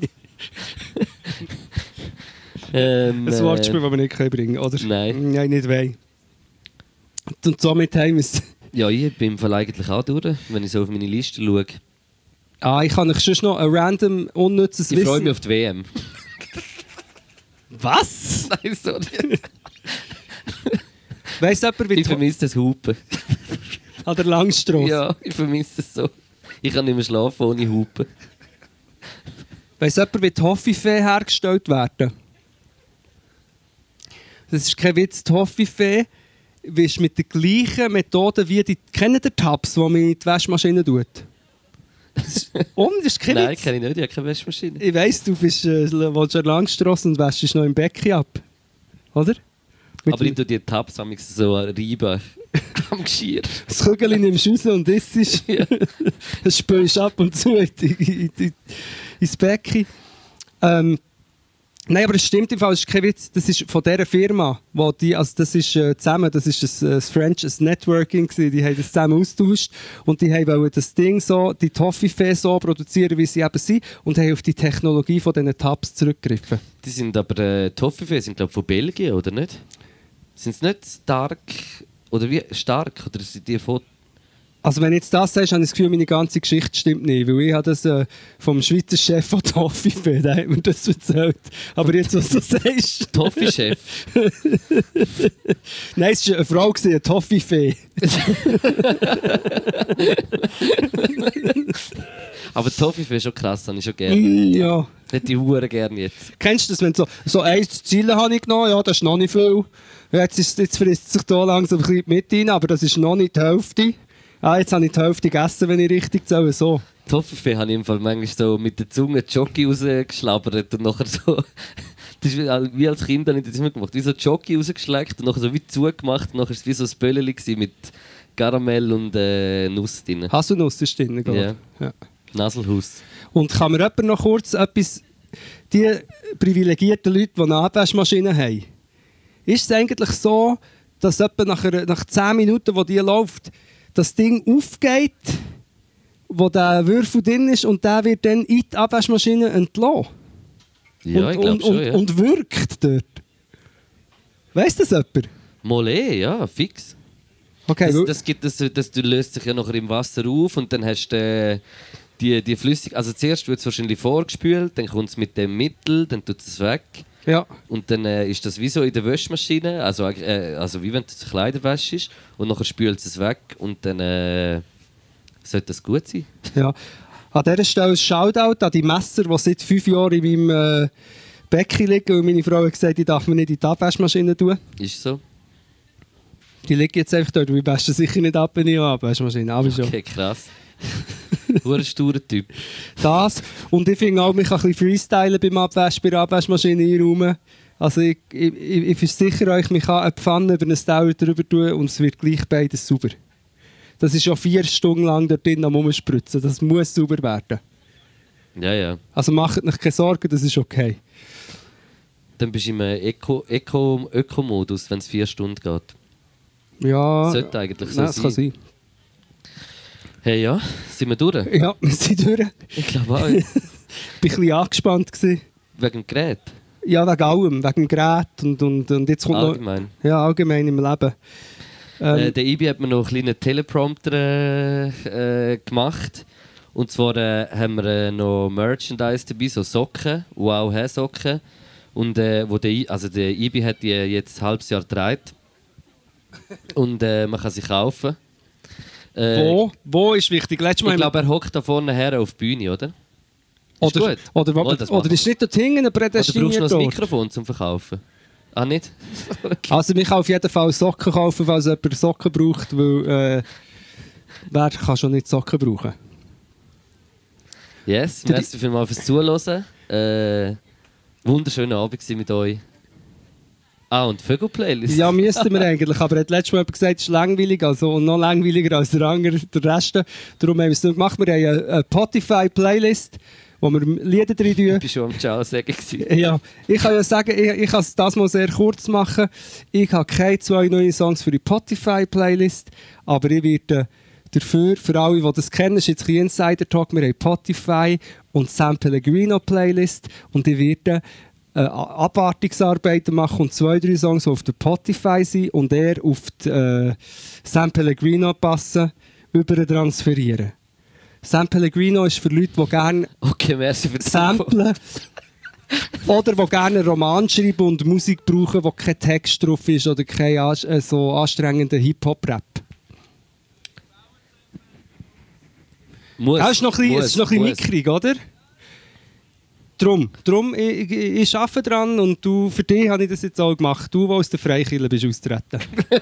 ähm, Ein Wortspiel, das wir nicht bringen können, oder? Nein. Nein, nicht weh. Und somit haben wir es. ja, ich bin im Fall eigentlich auch durch, wenn ich so auf meine Liste schaue. Ah, ich kann euch sonst noch ein random, unnützes Ich freue Wissen... mich auf die W M. Was? Nein, sorry. Weiss jemand, wie Ich die vermisse das Hupen. an der Langstrasse? Ja, ich vermisse es so. Ich kann nicht mehr schlafen ohne Hupen. Weiss jemand, wie die Toffifee hergestellt werden? Das ist kein Witz. Die Toffifee ist mit der gleichen Methode wie die... Kennt ihr Tabs, die man in die Waschmaschine tut? Das ist, und, das ist kein Nein, Witz. kenne ich nicht, ich habe keine Waschmaschine. Ich weiss, du bist äh, willst an der Langstrasse und wäschst noch im Becken ab. Oder? Mit Aber ich tue die Tabs am so reiben am Geschirr. das Kügel nimmst du raus und isst es. Ja. Das spülst ab und zu in, in, in, ins Becken. Ähm, nein, aber es stimmt im Fall, es ist kein Witz. Das ist von dieser Firma, wo die, also das ist äh, zusammen, das ist ein, ein French ein Networking gewesen, die haben das zusammen austauscht und die haben wollen das Ding so, die Toffifee so produzieren, wie sie eben sind und haben auf die Technologie von diesen Tabs zurückgegriffen. Die sind aber, äh, Toffifee sind glaube ich von Belgien, oder nicht? Sind sie nicht stark, oder wie, stark, oder sind die von... Also wenn du jetzt das sagst, habe ich das Gefühl, meine ganze Geschichte stimmt nicht, weil ich habe das äh, vom Schweizer Chef von Toffifee, der hat mir das erzählt. Aber jetzt, was du sagst... Toffee-Chef. Nein, es war eine Frau, gewesen, eine Toffifee. Aber Toffifee ist schon krass, habe ich schon gerne. Mm, ja. Hätte ich hure gerne jetzt. Kennst du das, wenn du so, so ein Ziel habe ich genommen, ja, das ist noch nicht viel. Ja, Jetzt, ist, jetzt frisst sich da langsam ein bisschen mit rein, aber das ist noch nicht die Hälfte. Ah, jetzt habe ich die Hälfte gegessen, wenn ich richtig zähle. So. Toffifee habe ich im Fall manchmal so mit der Zunge die Jockey rausgeschlabbert und nachher so... Das ist wie, wie als Kind habe ich das immer gemacht. Wie so die Jockey rausgeschleckt und nachher so wie zugemacht und nachher war es wie so ein Böllchen gewesen mit Karamell und äh, Nuss drin. Haselnuss ist drin, glaube Ja. ich. Ja. Naselhaus. Und kann mir jemand noch kurz etwas... Die privilegierten Leute, die eine Abwaschmaschine haben, ist es eigentlich so, dass etwa nach, einer, nach zehn Minuten, wo die läuft, das Ding aufgeht, wo der Würfel drin ist und der wird dann in die Abwaschmaschine entlassen? Ja, und, ich glaube und, schon, und, ja. und wirkt dort. Weiss das jemand? Molé, ja, fix. Okay, Das, weil- das, gibt, das, das du löst sich ja nachher im Wasser auf und dann hast du äh, die, die Flüssigkeit. Also zuerst wird es wahrscheinlich vorgespült, dann kommt es mit dem Mittel, dann tut es weg. Ja. Und dann äh, ist das wie so in der Wäschmaschine, also, äh, also wie wenn du Kleider wäschst und nachher spült es weg und dann äh, sollte das gut sein. Ja. An dieser Stelle ein Shoutout an die Messer, die seit fünf Jahren in meinem äh, Becken liegen und meine Frau hat gesagt, die darf man nicht in die Abwaschmaschine tun. Ist so? Die liegen jetzt einfach dort, wir waschen sicher nicht ab in die Abwaschmaschine, aber schon. Okay, krass. Nur ein sturer Typ. Das. Und ich finde auch, man kann ein bisschen freestylen beim Abwaschen, bei der Abwaschmaschine einräumen. Also ich, ich, ich, ich versichere euch, man kann eine Pfanne über einen Dauer drüber tun und es wird gleich beides sauber. Das ist ja vier Stunden lang dort drin am Umspritzen. Das muss sauber werden. Ja, ja. Also macht euch keine Sorgen, das ist okay. Dann bist du im Eco, Eco, Öko-Modus, wenn es vier Stunden geht. Ja, sollte eigentlich so nein, das sein. kann sein. Hey, ja, sind wir durch? Ja, wir sind durch. Ich glaube auch. Ich war ein bisschen angespannt gewesen. Wegen dem Gerät? Ja, wegen allem. Wegen dem Gerät. Und, und, und jetzt kommt Allgemein? Noch, ja, allgemein im Leben. Ähm, äh, der Ibi hat mir noch einen kleinen Teleprompter äh, äh, gemacht. Und zwar äh, haben wir äh, noch Merchandise dabei, so Socken, wow, hey, Socken. Und äh, wo der, I- also der Ibi hat die jetzt ein halbes Jahr getragen. Und äh, man kann sie kaufen. Äh, wo? Wo ist wichtig? Letztes Mal Ich glaube, er hockt da vorne her auf die Bühne, oder? Ist oder, gut. oder, Mal, oder, das oder machen ist nicht dort hinten ein Oder brauchst du noch prädestiniert ein Ort? Mikrofon zum Verkaufen? Ah, nicht? Also ich kann auf jeden Fall Socken kaufen, falls jemand Socken braucht, weil äh, wer kann schon nicht Socken brauchen? Yes, Du- merci vielmals fürs Zuhören. Äh, wunderschöner Abend gewesen mit euch. Ah, und Vögel-Playlist. Ja, müssten wir eigentlich, aber er hat letztes Mal jemand gesagt, es ist langweilig, also und noch langweiliger als der andere, der Rest. Darum haben wir es nicht gemacht. Wir haben eine, eine Spotify-Playlist, wo wir Lieder drin tun. Ich war schon am Ciao sagen. gewesen. Ja, ich kann ja sagen, ich, ich kann es das mal sehr kurz machen. Ich habe keine zwei neue Songs für die Spotify-Playlist, aber ich werde dafür, für alle, die das kennen, ist jetzt ein bisschen Insider-Talk, wir haben Spotify und San Pellegrino-Playlist und ich werde äh, Abwartungsarbeiten machen und zwei, drei Songs, die auf der Spotify sind und eher auf die äh, San Pellegrino passen, über transferieren. San Pellegrino ist für Leute, die gerne Okay, merci für das samplen oder die gerne einen Roman schreiben und Musik brauchen, wo kein Text drauf ist oder kein an- äh, so anstrengender Hip-Hop-Rap. Muss, Das ist noch ein bisschen, muss, es ist noch ein bisschen muss. mickrig, oder? Drum, drum ich, ich, ich arbeite dran und du, für dich habe ich das jetzt auch gemacht. Du, der aus der Freikirche bist austreten.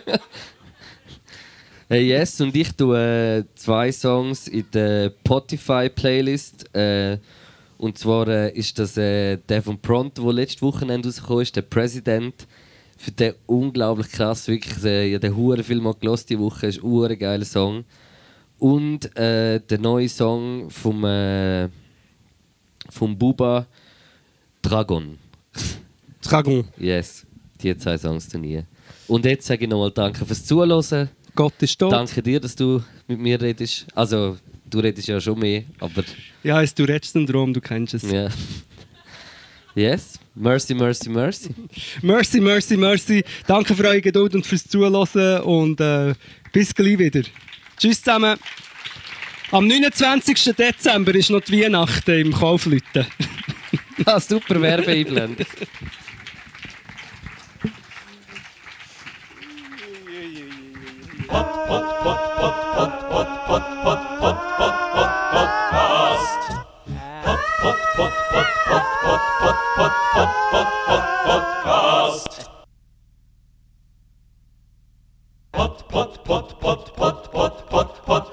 Hey, yes, und ich tue äh, zwei Songs in der Spotify-Playlist. Äh, und zwar äh, ist das äh, der von Pronto, der letztes Wochenende rausgekommen ist, der President. Für den unglaublich krass, wirklich. Äh, ich habe den Huren Film mal gehört diese Woche, ist ein hure geiler Song. Und äh, der neue Song vom, äh, vom Buba Dragon. Dragon. Yes, die zwei Songs tun. Und jetzt sage ich nochmal Danke fürs Zuhören. Gott ist tot. Danke dir, dass du mit mir redest. Also, du redest ja schon mehr, aber Ja, es du redest Syndrom, du kennst es. ja. Yes, mercy, mercy, mercy. Mercy, mercy, mercy. Danke für eure Geduld und fürs Zuhören und äh, bis gleich wieder. Tschüss zusammen. Am neunundzwanzigsten Dezember ist noch die Weihnachten im Kaufleuten. Ah, super Werbeeinblendung. Pod, pod, pod, pod, pod, pod, pod, pod.